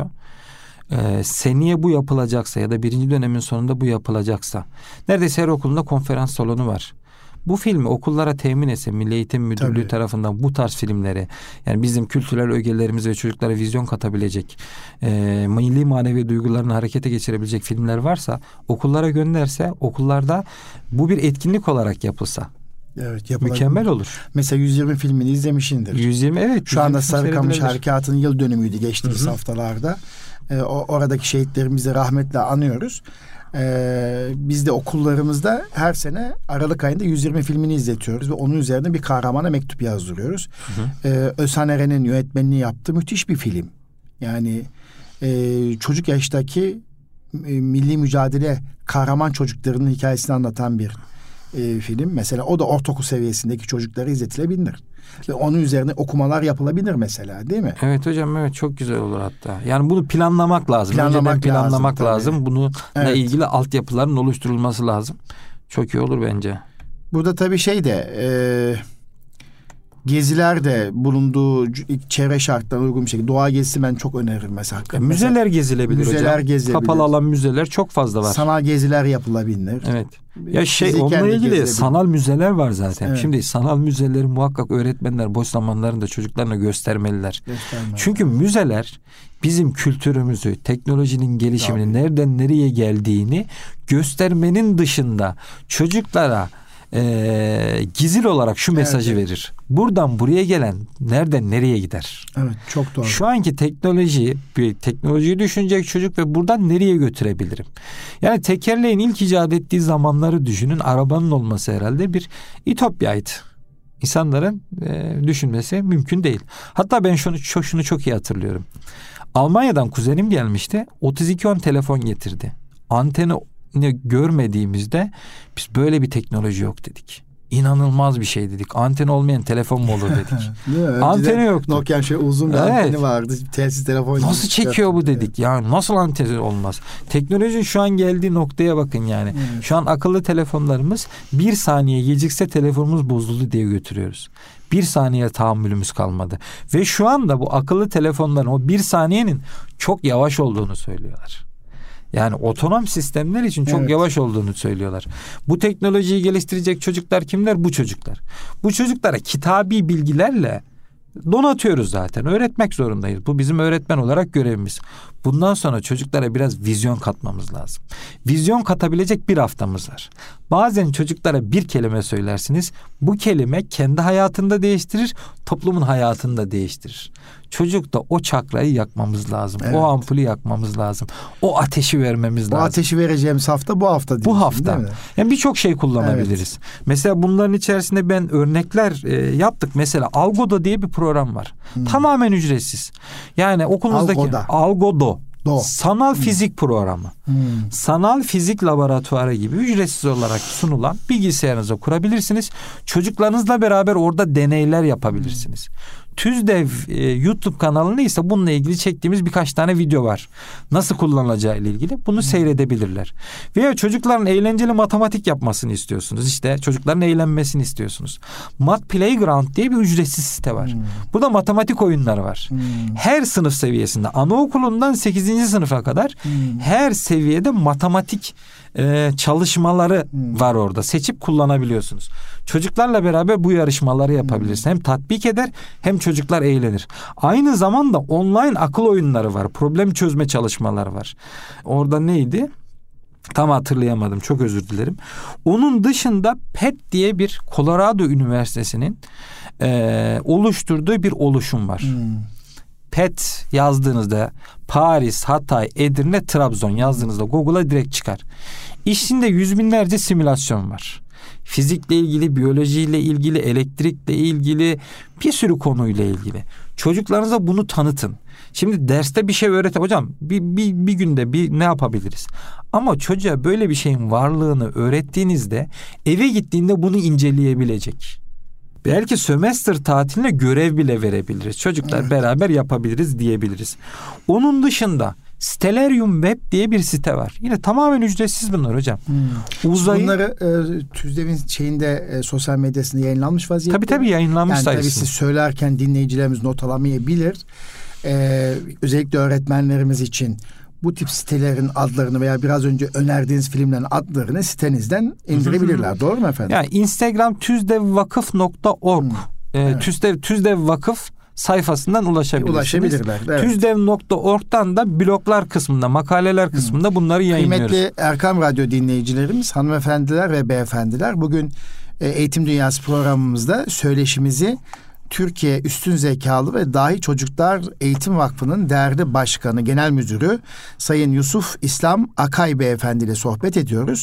Seneye bu yapılacaksa ya da 1. dönemin sonunda bu yapılacaksa neredeyse her okulunda konferans salonu var. bu filmi okullara temin etse Milli Eğitim Müdürlüğü tarafından bu tarz filmleri, yani bizim kültürel ögelerimize ve çocuklara vizyon katabilecek, milli manevi duygularını harekete geçirebilecek filmler varsa okullara gönderse, okullarda bu bir etkinlik olarak yapılsa. Evet, mükemmel olur. Mesela 120 filmini izlemişindir. 120, evet. Şu anda Sarıkamış Harekatı'nın yıl dönümüydü geçtiğimiz haftalarda. Oradaki şehitlerimizi rahmetle anıyoruz. Biz de okullarımızda her sene Aralık ayında 120 filmini izletiyoruz ve onun üzerine bir kahramana mektup yazdırıyoruz. Özhan Eren'in yönetmenliği yaptığı müthiş bir film. Yani çocuk yaştaki milli mücadele kahraman çocuklarının hikayesini anlatan bir film. Mesela o da ortaokul seviyesindeki çocuklara izletilebilir. Ve onun üzerine okumalar yapılabilir mesela, değil mi? Evet hocam, evet, çok güzel olur hatta. Yani bunu planlamak lazım. Önceden planlamak lazım. Bununla ilgili altyapıların oluşturulması lazım. Çok iyi olur bence. Burada tabii geziler de bulunduğu çevre şartlarına uygun bir şekilde, doğa gezisi ben çok öneririm mesela. Müzeler gezilebilir hocam. Kapalı alan müzeler çok fazla var. Sanal geziler yapılabilir. Evet. Ya onunla ilgili sanal müzeler var zaten. Evet. Şimdi sanal müzeleri muhakkak öğretmenler boş zamanlarında çocuklarına göstermeliler. Çünkü müzeler bizim kültürümüzü, teknolojinin gelişimini, nereden nereye geldiğini göstermenin dışında çocuklara gizli olarak şu mesajı verir. Buradan buraya gelen nereden nereye gider? Evet, çok doğru. Şu anki teknolojiyi düşünecek çocuk ve buradan nereye götürebilirim? Yani tekerleğin ilk icat ettiği zamanları düşünün. Arabanın olması herhalde bir ütopyaydı. İnsanların düşünmesi mümkün değil. Hatta ben şunu çok iyi hatırlıyorum. Almanya'dan kuzenim gelmişti. 3210 telefon getirdi. Anteni görmediğimizde biz böyle bir teknoloji yok dedik. İnanılmaz bir şey dedik. Anten olmayan telefon mu olur dedik. Anteni yoktu. Nokia'nın uzun bir anteni vardı. Telsiz telefon. Nasıl çekiyor bu dedik. Yani nasıl anteni olmaz? Teknolojinin şu an geldiği noktaya bakın yani. Evet. Şu an akıllı telefonlarımız 1 saniye gecikse telefonumuz bozuldu diye götürüyoruz. 1 saniye tahammülümüz kalmadı. Ve şu anda bu akıllı telefonların o 1 saniyenin çok yavaş olduğunu söylüyorlar. Yani otonom sistemler için çok yavaş olduğunu söylüyorlar. Bu teknolojiyi geliştirecek çocuklar kimler? Bu çocuklar. Bu çocuklara kitabi bilgilerle donatıyoruz zaten. Öğretmek zorundayız. Bu bizim öğretmen olarak görevimiz. Bundan sonra çocuklara biraz vizyon katmamız lazım. Vizyon katabilecek bir haftamız var. Bazen çocuklara bir kelime söylersiniz. Bu kelime kendi hayatında değiştirir, toplumun hayatını da değiştirir. Çocukta o çakrayı yakmamız lazım. Evet. O ampulü yakmamız lazım. O ateşi vermemiz lazım. Bu ateşi vereceğimiz hafta bu hafta diyorsun, bu hafta. Yani birçok şey kullanabiliriz. Evet. Mesela bunların içerisinde ben örnekler yaptık. Mesela Algodo diye bir program var. Tamamen ücretsiz. Yani okulunuzdaki Algodo. Sanal fizik programı. Sanal fizik laboratuvarı gibi ücretsiz olarak sunulan, bilgisayarınıza kurabilirsiniz. Çocuklarınızla beraber orada deneyler yapabilirsiniz. TÜZDEV YouTube kanalında ise bununla ilgili çektiğimiz birkaç tane video var. Nasıl kullanılacağı ile ilgili. Bunu seyredebilirler. Veya çocukların eğlenceli matematik yapmasını istiyorsunuz. İşte çocukların eğlenmesini istiyorsunuz. Mat Playground diye bir ücretsiz site var. Burada matematik oyunları var. Her sınıf seviyesinde, anaokulundan 8. sınıfa kadar her seviyede matematik çalışmaları var orada. Seçip kullanabiliyorsunuz. Çocuklarla beraber bu yarışmaları yapabilirsiniz. Hem tatbik eder hem çocuklar eğlenir. Aynı zamanda online akıl oyunları var. Problem çözme çalışmaları var. Orada neydi? Tam hatırlayamadım. Çok özür dilerim. Onun dışında PET diye bir Colorado Üniversitesi'nin oluşturduğu bir oluşum var. PET yazdığınızda Paris, Hatay, Edirne, Trabzon yazdığınızda Google'a direkt çıkar. İçinde yüz binlerce simülasyon var. Fizikle ilgili, biyolojiyle ilgili, elektrikle ilgili, bir sürü konuyla ilgili. Çocuklarınıza bunu tanıtın. Şimdi derste bir şey öğretin. Hocam bir günde ne yapabiliriz? Ama çocuğa böyle bir şeyin varlığını öğrettiğinizde eve gittiğinde bunu inceleyebilecek. Belki sömestr tatiline görev bile verebiliriz. Çocuklar beraber yapabiliriz diyebiliriz. Onun dışında Stellarium Web diye bir site var. Yine tamamen ücretsiz bunlar hocam. Bunları TÜZDEV'in sosyal medyasında yayınlanmış vaziyette. Tabii yayınlanmış yani sayısı. Tabii siz söylerken dinleyicilerimiz not alamayabilir. Özellikle öğretmenlerimiz için bu tip sitelerin adlarını veya biraz önce önerdiğiniz filmlerin adlarını sitenizden indirebilirler. Doğru mu efendim? Yani Instagram tuzdevvakıf.org. Evet. Tüzdev Vakıf sayfasından ulaşabilirler. Evet. Tüzdev.org'dan da bloglar kısmında, makaleler kısmında bunları yayınlıyoruz. Kıymetli Erkam Radyo dinleyicilerimiz, hanımefendiler ve beyefendiler, bugün Eğitim Dünyası programımızda söyleşimizi Türkiye Üstün Zekalı ve Dahi Çocuklar Eğitim Vakfı'nın değerli başkanı, genel müdürü Sayın Yusuf İslam Akay Beyefendi ile sohbet ediyoruz.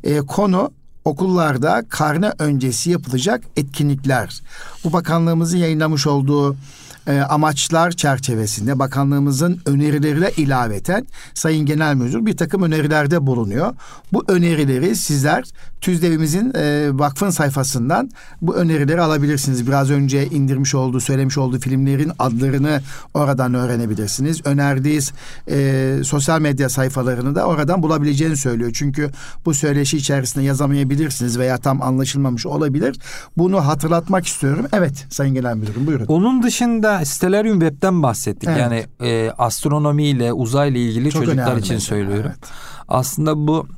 Konu okullarda karne öncesi yapılacak etkinlikler. Bu bakanlığımızın yayınlamış olduğu amaçlar çerçevesinde bakanlığımızın önerileriyle ilaveten Sayın Genel Müdür bir takım önerilerde bulunuyor. Bu önerileri sizler TÜZDEV'imizin vakfın sayfasından bu önerileri alabilirsiniz. Biraz önce indirmiş olduğu, söylemiş olduğu filmlerin adlarını oradan öğrenebilirsiniz. Önerdiği sosyal medya sayfalarını da oradan bulabileceğini söylüyor. Çünkü bu söyleşi içerisinde yazamayabilirsiniz veya tam anlaşılmamış olabilir. Bunu hatırlatmak istiyorum. Evet Sayın Genel Müdürüm, buyurun. Onun dışında Stellarium Web'ten bahsettik. Evet. Yani astronomiyle, uzayla ilgili çok çocuklar için söylüyorum. Evet. Aslında bu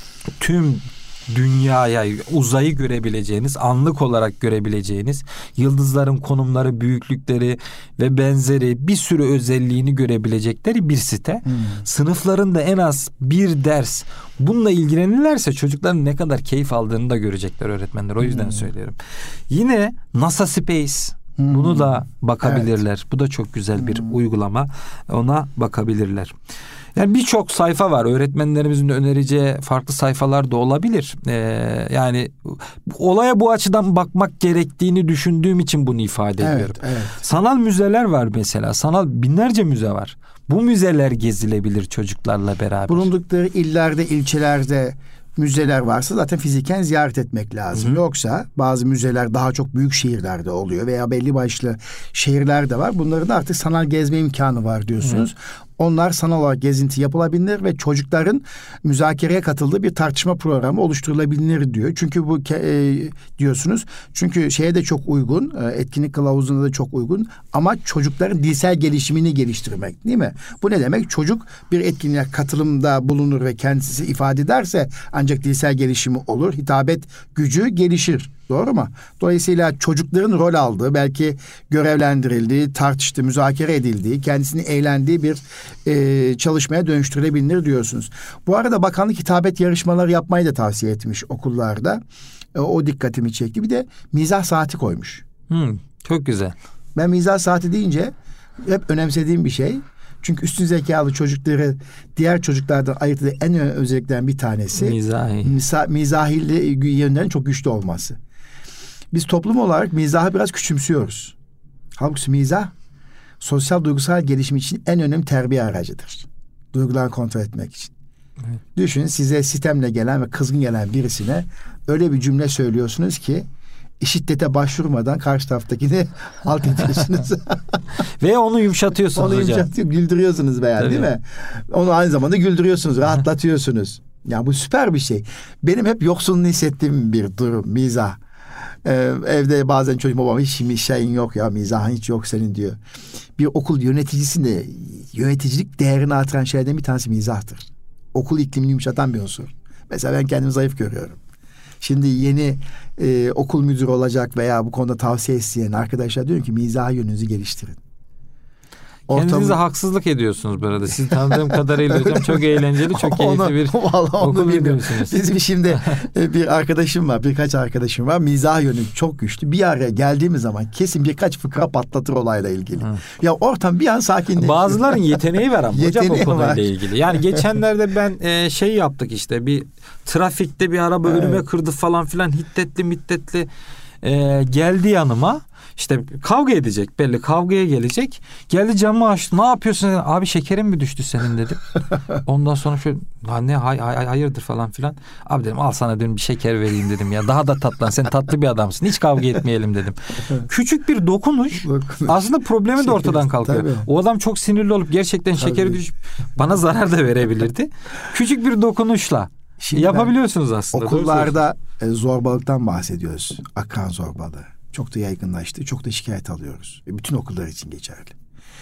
tüm dünyaya, uzayı görebileceğiniz, anlık olarak görebileceğiniz, yıldızların konumları, büyüklükleri ve benzeri bir sürü özelliğini görebilecekleri bir site. Sınıflarında en az bir ders bununla ilgilenirlerse çocukların ne kadar keyif aldığını da görecekler öğretmenler. O yüzden söylüyorum. Yine NASA Space, bunu da bakabilirler. Evet. Bu da çok güzel bir uygulama. Ona bakabilirler. Yani birçok sayfa var. Öğretmenlerimizin de önereceği farklı sayfalar da olabilir. Yani olaya bu açıdan bakmak gerektiğini düşündüğüm için bunu ifade ediyorum. Evet. Sanal müzeler var mesela. Sanal binlerce müze var. Bu müzeler gezilebilir çocuklarla beraber. Bulundukları illerde, ilçelerde müzeler varsa zaten fiziken ziyaret etmek lazım. Yoksa bazı müzeler daha çok büyük şehirlerde oluyor veya belli başlı şehirlerde var. Bunların da artık sanal gezme imkanı var diyorsunuz. Onlar sanal olarak gezinti yapılabilir ve çocukların müzakereye katıldığı bir tartışma programı oluşturulabilir diyor. Çünkü bu diyorsunuz. Çünkü şeye de çok uygun, etkinlik kılavuzuna da çok uygun. Ama çocukların dilsel gelişimini geliştirmek, değil mi? Bu ne demek? Çocuk bir etkinliğe katılımda bulunur ve kendisi ifade ederse ancak dilsel gelişimi olur. Hitabet gücü gelişir. Doğru mu? Dolayısıyla çocukların rol aldığı, belki görevlendirildiği, tartıştığı, müzakere edildiği, kendisini eğlendiği bir çalışmaya dönüştürülebilir diyorsunuz. Bu arada bakanlık hitabet yarışmaları yapmayı da tavsiye etmiş okullarda. O dikkatimi çekti. Bir de mizah saati koymuş. Çok güzel. Ben mizah saati deyince hep önemsediğim bir şey. Çünkü üstün zekalı çocukları diğer çocuklardan ayırtığı en önemli özelliklerden bir tanesi mizahi yönlerin çok güçlü olması. Biz toplum olarak mizahı biraz küçümsüyoruz. Halbuki mizah sosyal duygusal gelişim için en önemli terbiye aracıdır. Duyguları kontrol etmek için. Evet. Düşünün, size sitemle gelen ve kızgın gelen birisine öyle bir cümle söylüyorsunuz ki şiddete başvurmadan karşı taraftakini alt ediyorsunuz. Ve onu yumuşatıyorsunuz hocam. Güldürüyorsunuz veya, değil mi? Onu aynı zamanda güldürüyorsunuz, rahatlatıyorsunuz. Yani bu süper bir şey. Benim hep yoksunluğunu hissettiğim bir durum, mizah. Evde bazen çocuğum, babam hiç şeyin yok ya, mizahın hiç yok senin diyor. Bir okul yöneticisinde yöneticilik değerini artıran şeylerden bir tanesi mizahtır. Okul iklimini yumuşatan bir unsur. Mesela ben kendimi zayıf görüyorum. Şimdi yeni okul müdürü olacak veya bu konuda tavsiye isteyen arkadaşlar diyorum ki mizah yönünüzü geliştirin. Kendinize haksızlık ediyorsunuz bu arada. Sizi tanıdığım kadarıyla hocam çok eğlenceli, çok keyifli bir okul müdürüsünüz. Bizim şimdi bir arkadaşım var, birkaç arkadaşım var. Mizah yönü çok güçlü. Bir araya geldiğimiz zaman kesin birkaç fıkra patlatır olayla ilgili. Ya ortam bir an sakinleşiyor. Bazıların yeteneği var ama hocam o konuyla ilgili. Yani geçenlerde ben şey yaptık işte, bir trafikte bir araba önüme kırdı falan filan, hiddetli geldi yanıma. İşte kavga edecek, belli kavgaya gelecek. Geldi, camı açtı. Ne yapıyorsun? Abi şekerin mi düştü senin dedim. Ondan sonra şöyle ne hayırdır falan filan. Abi dedim, al sana dedim bir şeker vereyim dedim ya. Daha da tatlan, sen tatlı bir adamsın. Hiç kavga etmeyelim dedim. Küçük bir dokunuş aslında problemi de ortadan kalkıyor. Tabii. O adam çok sinirli olup gerçekten şekeri düşüp bana zarar da verebilirdi. Küçük bir dokunuşla şimdi yapabiliyorsunuz aslında. Okullarda zorbalıktan bahsediyoruz. Akran zorbalığı. Çok da yaygınlaştı. Çok da şikayet alıyoruz. Bütün okullar için geçerli.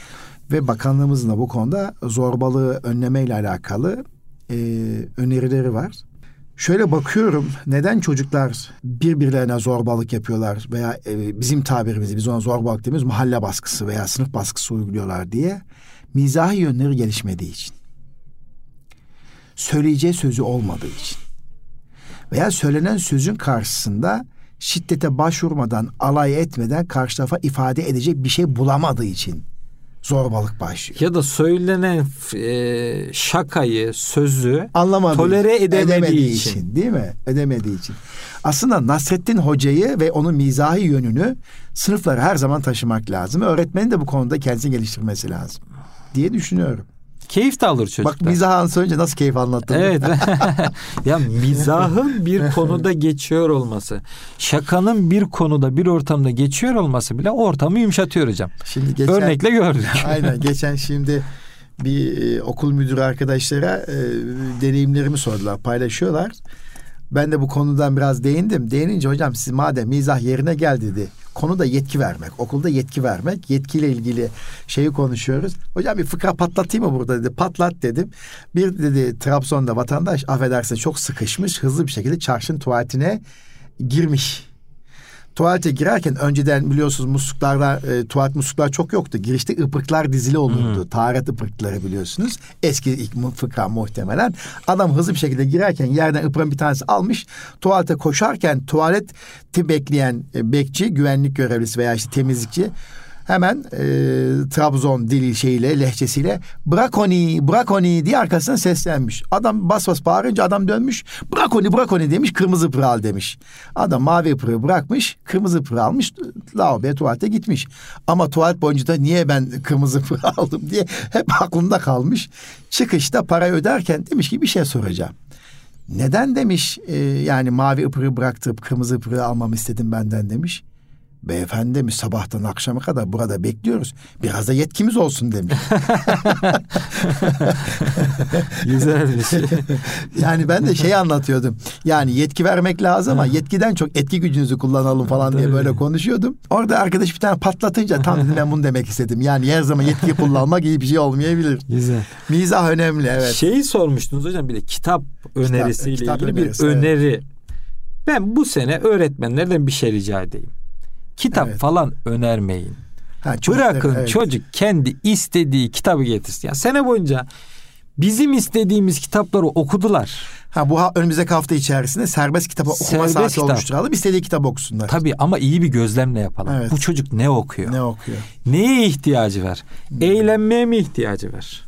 Ve bakanlığımızın da bu konuda zorbalığı önlemeyle alakalı önerileri var. Şöyle bakıyorum, neden çocuklar birbirlerine zorbalık yapıyorlar veya bizim tabirimizi, biz ona zorbalık demiyoruz, mahalle baskısı veya sınıf baskısı uyguluyorlar diye. Mizahi yönleri gelişmediği için. Söyleyeceği sözü olmadığı için. Veya söylenen sözün karşısında şiddete başvurmadan, alay etmeden karşı tarafa ifade edecek bir şey bulamadığı için zorbalık başlıyor. Ya da söylenen şakayı, sözü anlamadığı, tolere edemediği için. Değil mi? Edemediği için. Aslında Nasrettin Hoca'yı ve onun mizahi yönünü sınıflara her zaman taşımak lazım. Öğretmenin de bu konuda kendisini geliştirmesi lazım diye düşünüyorum. Keyif de alır çocuklar. Bak mizahını söyleyince nasıl keyif anlattın. Evet. Ya mizahın bir konuda geçiyor olması, şakanın bir konuda, bir ortamda geçiyor olması bile ortamı yumuşatıyor hocam. Şimdi örnekle gördük. Aynen. Geçen şimdi bir okul müdürü arkadaşlara deneyimlerimi sordular, paylaşıyorlar. Ben de bu konudan biraz değindim. Değinince hocam siz madem mizah yerine geldi dedi. Konuda yetki vermek, okulda yetki vermek, yetkiyle ilgili şeyi konuşuyoruz. Hocam bir fıkra patlatayım mı burada dedi. Patlat dedim. Bir dedi Trabzon'da vatandaş affedersin çok sıkışmış, hızlı bir şekilde çarşının tuvaletine girmiş. Tuvalete girerken önceden biliyorsunuz musluklarda tuvalet musluklar çok yoktu. Girişte ıpıklar dizili olurdu. Taharet ıpıkları biliyorsunuz. Eski ilk fıkra muhtemelen. Adam hızlı bir şekilde girerken yerden ıpırın bir tanesi almış. Tuvalete koşarken tuvaleti bekleyen bekçi, güvenlik görevlisi veya işte temizlikçi hemen Trabzon dili lehçesiyle bırak onu diye arkasından seslenmiş. Adam bas bas bağırınca adam dönmüş. Bırak onu demiş, kırmızı pırı al demiş. Adam mavi pırı bırakmış, kırmızı pırı almış, lavaboya tuvalete gitmiş. Ama tuvalet boyunca da niye ben kırmızı pırı aldım diye hep aklımda kalmış. Çıkışta parayı öderken demiş ki bir şey soracağım. Neden demiş yani mavi pırı bıraktırıp kırmızı pırı almamı istedim benden demiş. Beyefendi demiş sabahtan akşama kadar burada bekliyoruz. Biraz da yetkimiz olsun demiş. Güzel bir şey. Yani ben de anlatıyordum. Yani yetki vermek lazım ama yetkiden çok etki gücünüzü kullanalım falan diye böyle konuşuyordum. Orada arkadaş bir tane patlatınca tam dedim ben bunu demek istedim. Yani her zaman yetki kullanmak iyi bir şey olmayabilir. Güzel. Mizah önemli, evet. Şeyi sormuştunuz hocam bir de kitap önerisiyle ilgili önerisi, bir öneri. Evet. Ben bu sene öğretmenlerden bir şey rica edeyim. Kitap falan önermeyin. Bırakın çocuk kendi istediği kitabı getirsin. Yani sene boyunca bizim istediğimiz kitapları okudular. Bu önümüzdeki hafta içerisinde serbest kitap okuma saati oluşturalım. İstediği kitabı okusunlar. Tabii ama iyi bir gözlemle yapalım. Evet. Bu çocuk ne okuyor? Neye ihtiyacı var? Eğlenmeye mi ihtiyacı var?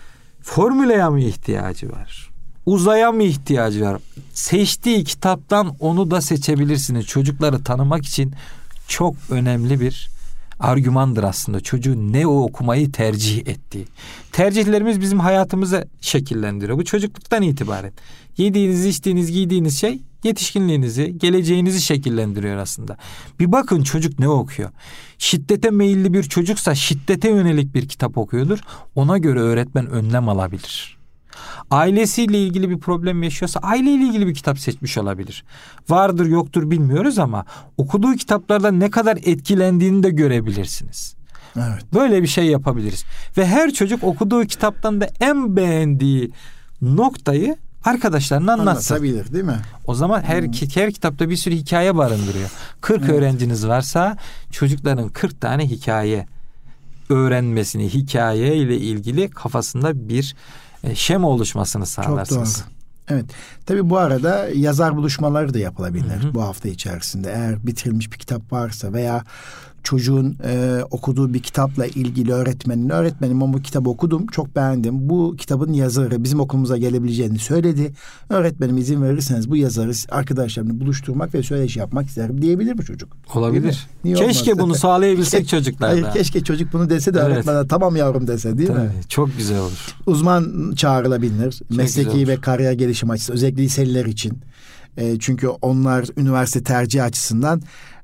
Formüle mi ihtiyacı var? Uzaya mı ihtiyacı var? Seçtiği kitaptan onu da seçebilirsiniz. Çocukları tanımak için çok önemli bir argümandır aslında. Çocuğun ne okumayı tercih ettiği. Tercihlerimiz bizim hayatımızı şekillendiriyor. Bu çocukluktan itibaren. Yediğiniz, içtiğiniz, giydiğiniz şey yetişkinliğinizi, geleceğinizi şekillendiriyor aslında. Bir bakın çocuk ne okuyor. Şiddete meyilli bir çocuksa şiddete yönelik bir kitap okuyordur. Ona göre öğretmen önlem alabilir. Ailesiyle ilgili bir problem yaşıyorsa aileyle ilgili bir kitap seçmiş olabilir. Vardır yoktur bilmiyoruz ama okuduğu kitaplardan ne kadar etkilendiğini de görebilirsiniz. Evet. Böyle bir şey yapabiliriz. Ve her çocuk okuduğu kitaptan da en beğendiği noktayı arkadaşlarına anlatsın. Anlatabilir değil mi? O zaman her kitapta bir sürü hikaye barındırıyor. 40 öğrenciniz varsa çocukların 40 tane hikaye öğrenmesini, hikaye ile ilgili kafasında bir şema oluşmasını sağlarsınız. Çok doğru. Evet. Tabii bu arada yazar buluşmaları da yapılabilir bu hafta içerisinde. Eğer bitirilmiş bir kitap varsa veya çocuğun okuduğu bir kitapla ilgili öğretmenim ben bu kitabı okudum, çok beğendim. Bu kitabın yazarı bizim okulumuza gelebileceğini söyledi. Öğretmenim izin verirseniz bu yazarı arkadaşlarımla buluşturmak ve söyleşi yapmak isterim diyebilir mi çocuk? Olabilir. Keşke bunu sağlayabilsek çocuklarda. Hayır, keşke çocuk bunu dese de öğretmene tamam yavrum dese değil mi? Çok güzel olur. Uzman çağrılabilir. Mesleki ve kariyer gelişim açısından özellikle liseliler için. Çünkü onlar üniversite tercih açısından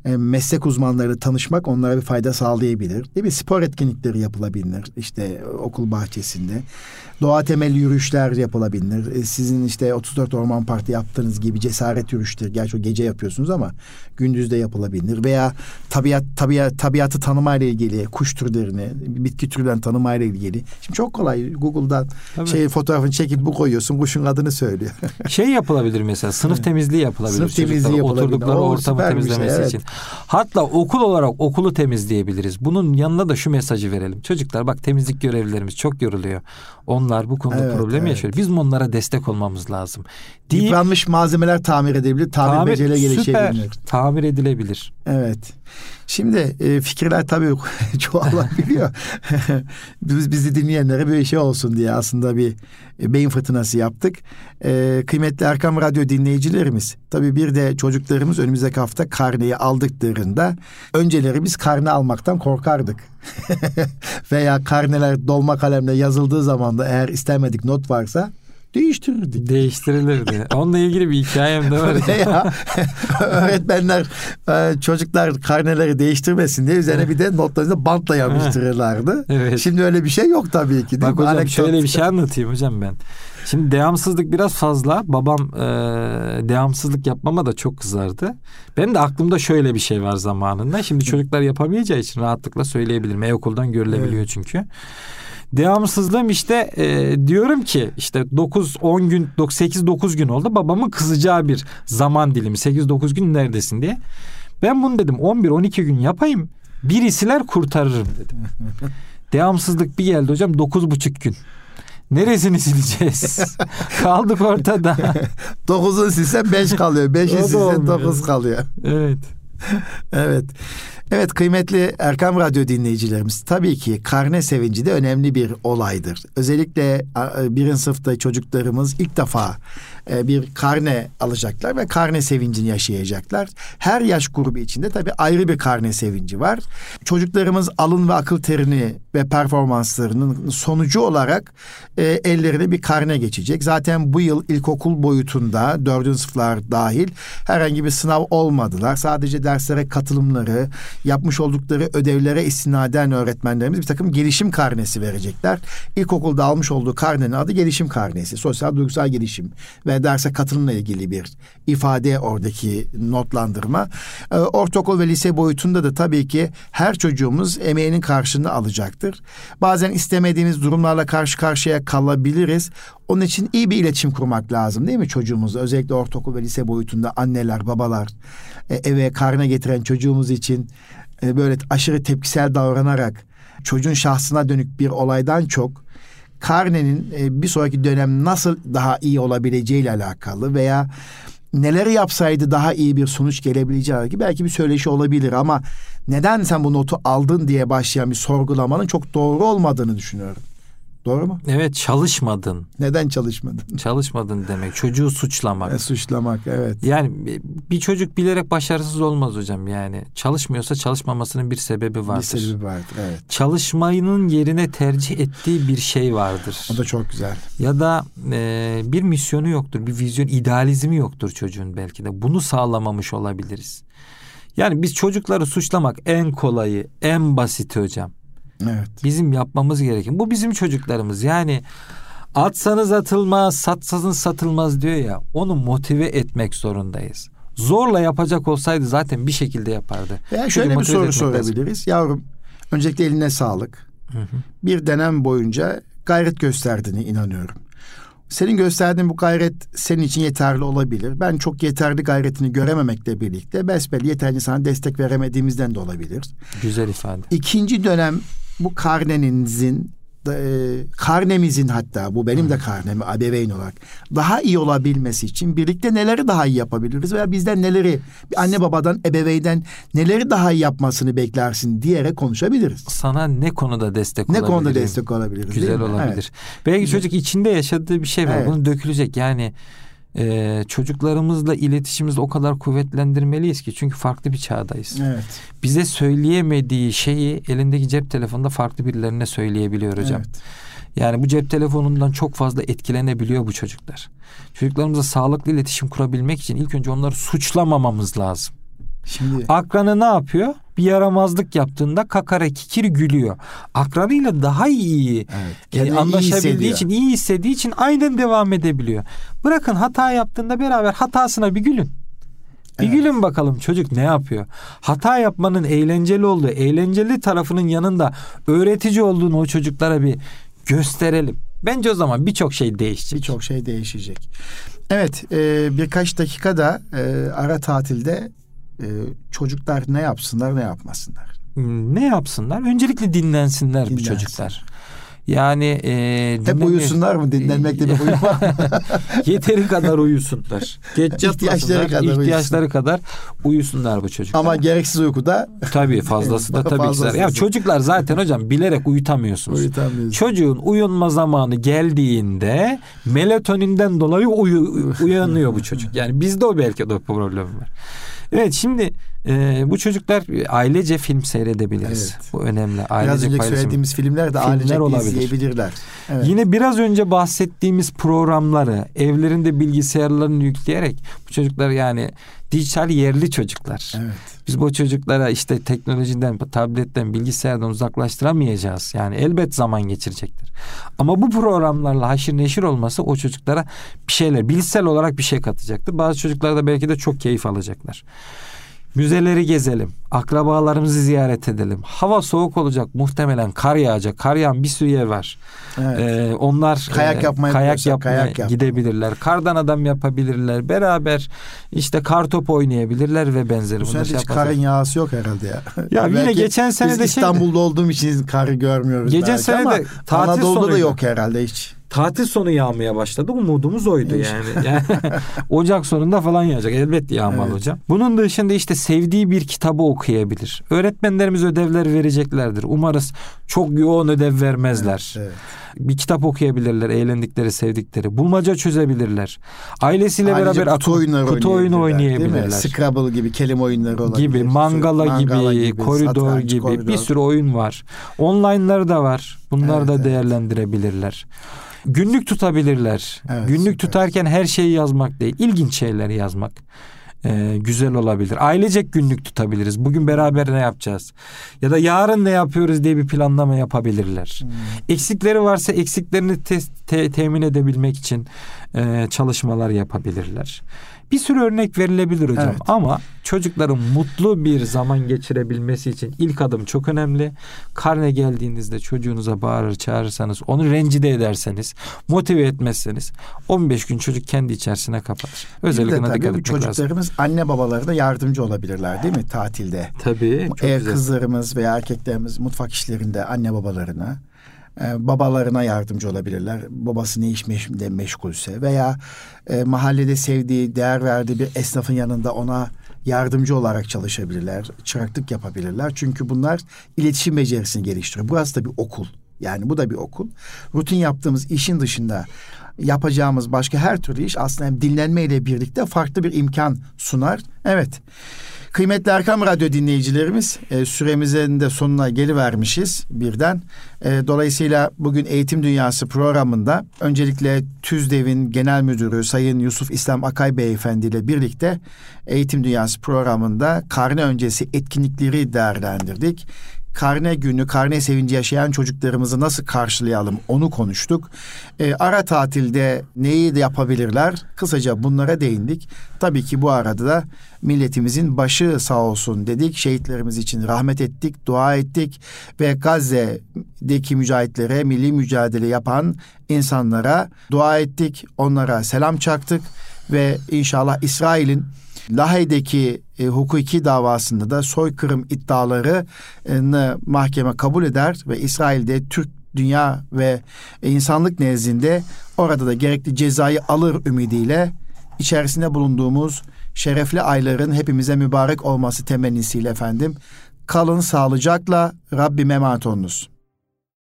meslek uzmanlarıyla tanışmak onlara bir fayda sağlayabilir. Değil mi? Spor etkinlikleri yapılabilir. İşte okul bahçesinde. Doğa temelli yürüyüşler yapılabilir. Sizin işte 34 Orman Park'ta yaptığınız gibi cesaret yürüyüşleri. Gerçi o gece yapıyorsunuz ama gündüz de yapılabilir. Veya tabiatı tanımayla ilgili, kuş türlerini, bitki türlerini tanımayla ilgili. Şimdi çok kolay. Google'dan fotoğrafını çekip bu koyuyorsun. Kuşun adını söylüyor. Yapılabilir mesela. Sınıf temizliği yapılabilir. Sınıf temizliği yapılabilir. Oturdukları ortamı temizlemesi için. Hatta okul olarak okulu temizleyebiliriz. Bunun yanına da şu mesajı verelim. Çocuklar bak, temizlik görevlilerimiz çok yoruluyor. Onlar bu konuda problem yaşıyor. Bizim onlara destek olmamız lazım. Yıpranmış malzemeler tamir edilebilir. Tamir becerileri gelişebilir. Tamir edilebilir. Evet. Şimdi fikirler tabii çoğalabiliyor. Bizi dinleyenlere bir şey olsun diye aslında bir beyin fırtınası yaptık. Kıymetli Erkam Radyo dinleyicilerimiz, tabii bir de çocuklarımız önümüzdeki hafta karneyi aldıklarında önceleri biz karne almaktan korkardık. Veya karneler dolma kalemle yazıldığı zaman da eğer istemedik not varsa değiştirirdik. Değiştirilirdi. Onunla ilgili bir hikayem de var. Ya, öğretmenler çocuklar karneleri değiştirmesin diye üzerine bir de notlarını bantla yapıştırırlardı. Evet. Şimdi öyle bir şey yok tabii ki. Bak hocam, şöyle bir şey anlatayım hocam ben. Şimdi devamsızlık biraz fazla. Babam devamsızlık yapmama da çok kızardı. Benim de aklımda şöyle bir şey var zamanında. Şimdi çocuklar yapamayacağı için rahatlıkla söyleyebilirim. E-okuldan görülebiliyor çünkü. Devamsızlığım işte diyorum ki işte 9-10 gün 8-9 gün oldu. Babamın kızacağı bir zaman dilimi. 8-9 gün neredesin diye. Ben bunu dedim 11-12 gün yapayım. Birisiler kurtarırım dedim. Devamsızlık bir geldi hocam 9,5 gün. Neresini sileceğiz? Kaldık ortada. 9'u silsen 5 kalıyor. 5'i silsen 9 kalıyor. Evet. Evet. Evet, kıymetli Erkam Radyo dinleyicilerimiz, tabii ki karne sevinci de önemli bir olaydır. Özellikle birinci sınıfta çocuklarımız ilk defa bir karne alacaklar ve karne sevincini yaşayacaklar. Her yaş grubu içinde tabii ayrı bir karne sevinci var. Çocuklarımız alın ve akıl terini ve performanslarının sonucu olarak ellerine bir karne geçecek. Zaten bu yıl ilkokul boyutunda 4. sınıflar dahil herhangi bir sınav olmadılar. Sadece derslere katılımları, yapmış oldukları ödevlere istinaden öğretmenlerimiz bir takım gelişim karnesi verecekler. İlkokulda almış olduğu karnenin adı gelişim karnesi. Sosyal duygusal gelişim ve derse katılımla ilgili bir ifade, oradaki notlandırma. Ortaokul ve lise boyutunda da tabii ki her çocuğumuz emeğinin karşılığını alacaktır. Bazen istemediğimiz durumlarla karşı karşıya kalabiliriz. Onun için iyi bir iletişim kurmak lazım, değil mi çocuğumuzla? Özellikle ortaokul ve lise boyutunda anneler, babalar eve karne getiren çocuğumuz için böyle aşırı tepkisel davranarak çocuğun şahsına dönük bir olaydan çok karnenin bir sonraki dönem nasıl daha iyi olabileceğiyle alakalı veya neleri yapsaydı daha iyi bir sonuç gelebileceği gibi belki bir söyleşi olabilir ama neden sen bu notu aldın diye başlayan bir sorgulamanın çok doğru olmadığını düşünüyorum. Doğru mu? Evet, çalışmadın. Neden çalışmadın? Çalışmadın demek. Çocuğu suçlamak. Suçlamak, evet. Yani bir çocuk bilerek başarısız olmaz hocam yani. Çalışmıyorsa çalışmamasının bir sebebi vardır. Bir sebebi vardır, evet. Çalışmayının yerine tercih ettiği bir şey vardır. O da çok güzel. Ya da bir misyonu yoktur, bir vizyon, idealizmi yoktur çocuğun belki de. Bunu sağlamamış olabiliriz. Yani biz çocukları suçlamak en kolayı, en basiti hocam. Evet. Bizim yapmamız gereken. Bu bizim çocuklarımız. Yani atsanız atılmaz, satsanız satılmaz diyor ya. Onu motive etmek zorundayız. Zorla yapacak olsaydı zaten bir şekilde yapardı. Veya şöyle bir soru sorabiliriz. Yavrum, öncelikle eline sağlık. Hı. Bir dönem boyunca gayret gösterdiğine inanıyorum. Senin gösterdiğin bu gayret senin için yeterli olabilir. Ben çok yeterli gayretini görememekle birlikte besbelli yeterince sana destek veremediğimizden de olabilir. Güzel ifade. İkinci dönem bu karnemizin hatta bu benim de karnem ebeveyn olarak daha iyi olabilmesi için birlikte neleri daha iyi yapabiliriz veya bizden neleri, bir anne babadan, ebeveynden neleri daha iyi yapmasını beklersin diyerek konuşabiliriz. Sana ne konuda destek olabiliriz? Ne konuda destek olabiliriz? Güzel olabilir. Evet. Belki çocuk içinde yaşadığı bir şey var. Evet. Bunu dökülecek yani. Çocuklarımızla iletişimimizi o kadar kuvvetlendirmeliyiz ki çünkü farklı bir çağdayız. Evet. Bize söyleyemediği şeyi elindeki cep telefonunda farklı birilerine söyleyebiliyor hocam. Evet. Yani bu cep telefonundan çok fazla etkilenebiliyor bu çocuklar. Çocuklarımızla sağlıklı iletişim kurabilmek için ilk önce onları suçlamamamız lazım. Şimdi Akranı ne yapıyor? Bir yaramazlık yaptığında kakara kikir gülüyor. Akranıyla daha iyi anlaşabildiği için, iyi hissediği için aynen devam edebiliyor. Bırakın hata yaptığında beraber hatasına bir gülün. Bir gülün bakalım çocuk ne yapıyor? Hata yapmanın eğlenceli olduğu, eğlenceli tarafının yanında öğretici olduğunu o çocuklara bir gösterelim. Bence o zaman birçok şey değişecek. Birçok şey değişecek. Evet, birkaç dakikada ara tatilde çocuklar ne yapsınlar, ne yapmasınlar? Ne yapsınlar? Öncelikle dinlensinler bu çocuklar. Yani hep uyusunlar mı? Dinlenmekte bir uyum var mı? Yeteri kadar uyusunlar. Geç ihtiyaçları kadar uyusunlar bu çocuklar. Ama gereksiz uykuda tabii fazlası da tabii ki. Ya çocuklar zaten hocam bilerek uyutamıyorsunuz. Çocuğun uyunma zamanı geldiğinde melatoninden dolayı uyanıyor bu çocuk. Yani bizde o belki de problem var. Evet, şimdi bu çocuklar ailece film seyredebiliriz. Evet. Bu önemli. Ailece biraz önce söylediğimiz filmler de ailece izleyebilirler. Evet. Yine biraz önce bahsettiğimiz programları evlerinde bilgisayarlarını yükleyerek bu çocuklar yani dijital yerli çocuklar. Evet. Biz bu çocuklara işte teknolojiden, tabletten, bilgisayardan uzaklaştıramayacağız. Yani elbet zaman geçirecektir. Ama bu programlarla haşır neşir olması o çocuklara bir şeyler, bilişsel olarak bir şey katacaktır. Bazı çocuklar da belki de çok keyif alacaklar. Müzeleri gezelim, akrabalarımızı ziyaret edelim. Hava soğuk olacak, muhtemelen kar yağacak. Kar yağan bir sürü yer var. Evet. Onlar kayak yapmaya gidebilirler. Kardan adam yapabilirler. Beraber işte kartop oynayabilirler ve benzeri. Bu sene hiç karın yağısı yok herhalde ya. Ya yine geçen sene de İstanbul'da olduğum için karı görmüyoruz. Geçen sene de Anadolu'da da yok herhalde hiç. Tatil sonu yağmaya başladı. Umudumuz oydu yani. Ocak sonunda falan yağacak. Elbette yağmalı hocam. Bunun dışında işte sevdiği bir kitabı okuyabilir. Öğretmenlerimiz ödevler vereceklerdir. Umarız çok yoğun ödev vermezler. Evet. Bir kitap okuyabilirler, eğlendikleri, sevdikleri. Bulmaca çözebilirler. Ailesiyle beraber kutu oyunu oynayabilirler. Scrabble gibi kelime oyunları olabilir. Gibi, Mangala gibi, koridor gibi bir sürü oyun var. Online'ları da var. Bunları da değerlendirebilirler. Günlük tutabilirler. Evet, günlük tutarken her şeyi yazmak değil, ilginç şeyleri yazmak güzel olabilir. Ailecek günlük tutabiliriz. Bugün beraber ne yapacağız? Ya da yarın ne yapıyoruz diye bir planlama yapabilirler. Eksikleri varsa eksiklerini temin edebilmek için çalışmalar yapabilirler. Bir sürü örnek verilebilir hocam. Evet. Ama çocukların mutlu bir zaman geçirebilmesi için ilk adım çok önemli. Karne geldiğinizde çocuğunuza bağırır çağırırsanız, onu rencide ederseniz, motive etmezseniz 15 gün çocuk kendi içerisine kapatır. Özellikle dikkat etmek lazım. Çocuklarımız anne babalarına yardımcı olabilirler değil mi tatilde? Tabii. Kızlarımız veya erkeklerimiz mutfak işlerinde anne babalarına, babalarına yardımcı olabilirler. Babası ne işle meşgulse veya mahallede sevdiği, değer verdiği bir esnafın yanında ona yardımcı olarak çalışabilirler. Çıraklık yapabilirler. Çünkü bunlar iletişim becerisini geliştiriyor. Burası da bir okul. Yani bu da bir okul. Rutin yaptığımız işin dışında yapacağımız başka her türlü iş aslında hem dinlenmeyle birlikte farklı bir imkan sunar. Evet. Kıymetli Erkam Radyo dinleyicilerimiz, süremizin de sonuna gelivermişiz birden. Dolayısıyla bugün Eğitim Dünyası programında öncelikle TÜZDEV'in Genel Müdürü Sayın Yusuf İslam Akay Beyefendi ile birlikte Eğitim Dünyası programında karne öncesi etkinlikleri değerlendirdik. Karne günü, karne sevinci yaşayan çocuklarımızı nasıl karşılayalım onu konuştuk. Ara tatilde neyi de yapabilirler? Kısaca bunlara değindik. Tabii ki bu arada da milletimizin başı sağ olsun dedik. Şehitlerimiz için rahmet ettik, dua ettik ve Gazze'deki mücahitlere, milli mücadele yapan insanlara dua ettik. Onlara selam çaktık ve inşallah İsrail'in Lahey'deki hukuki davasında da soykırım iddialarını mahkeme kabul eder ve İsrail'de Türk dünya ve insanlık nezdinde orada da gerekli cezayı alır ümidiyle içerisinde bulunduğumuz şerefli ayların hepimize mübarek olması temennisiyle efendim. Kalın sağlıcakla, Rabbim emanet olunuz.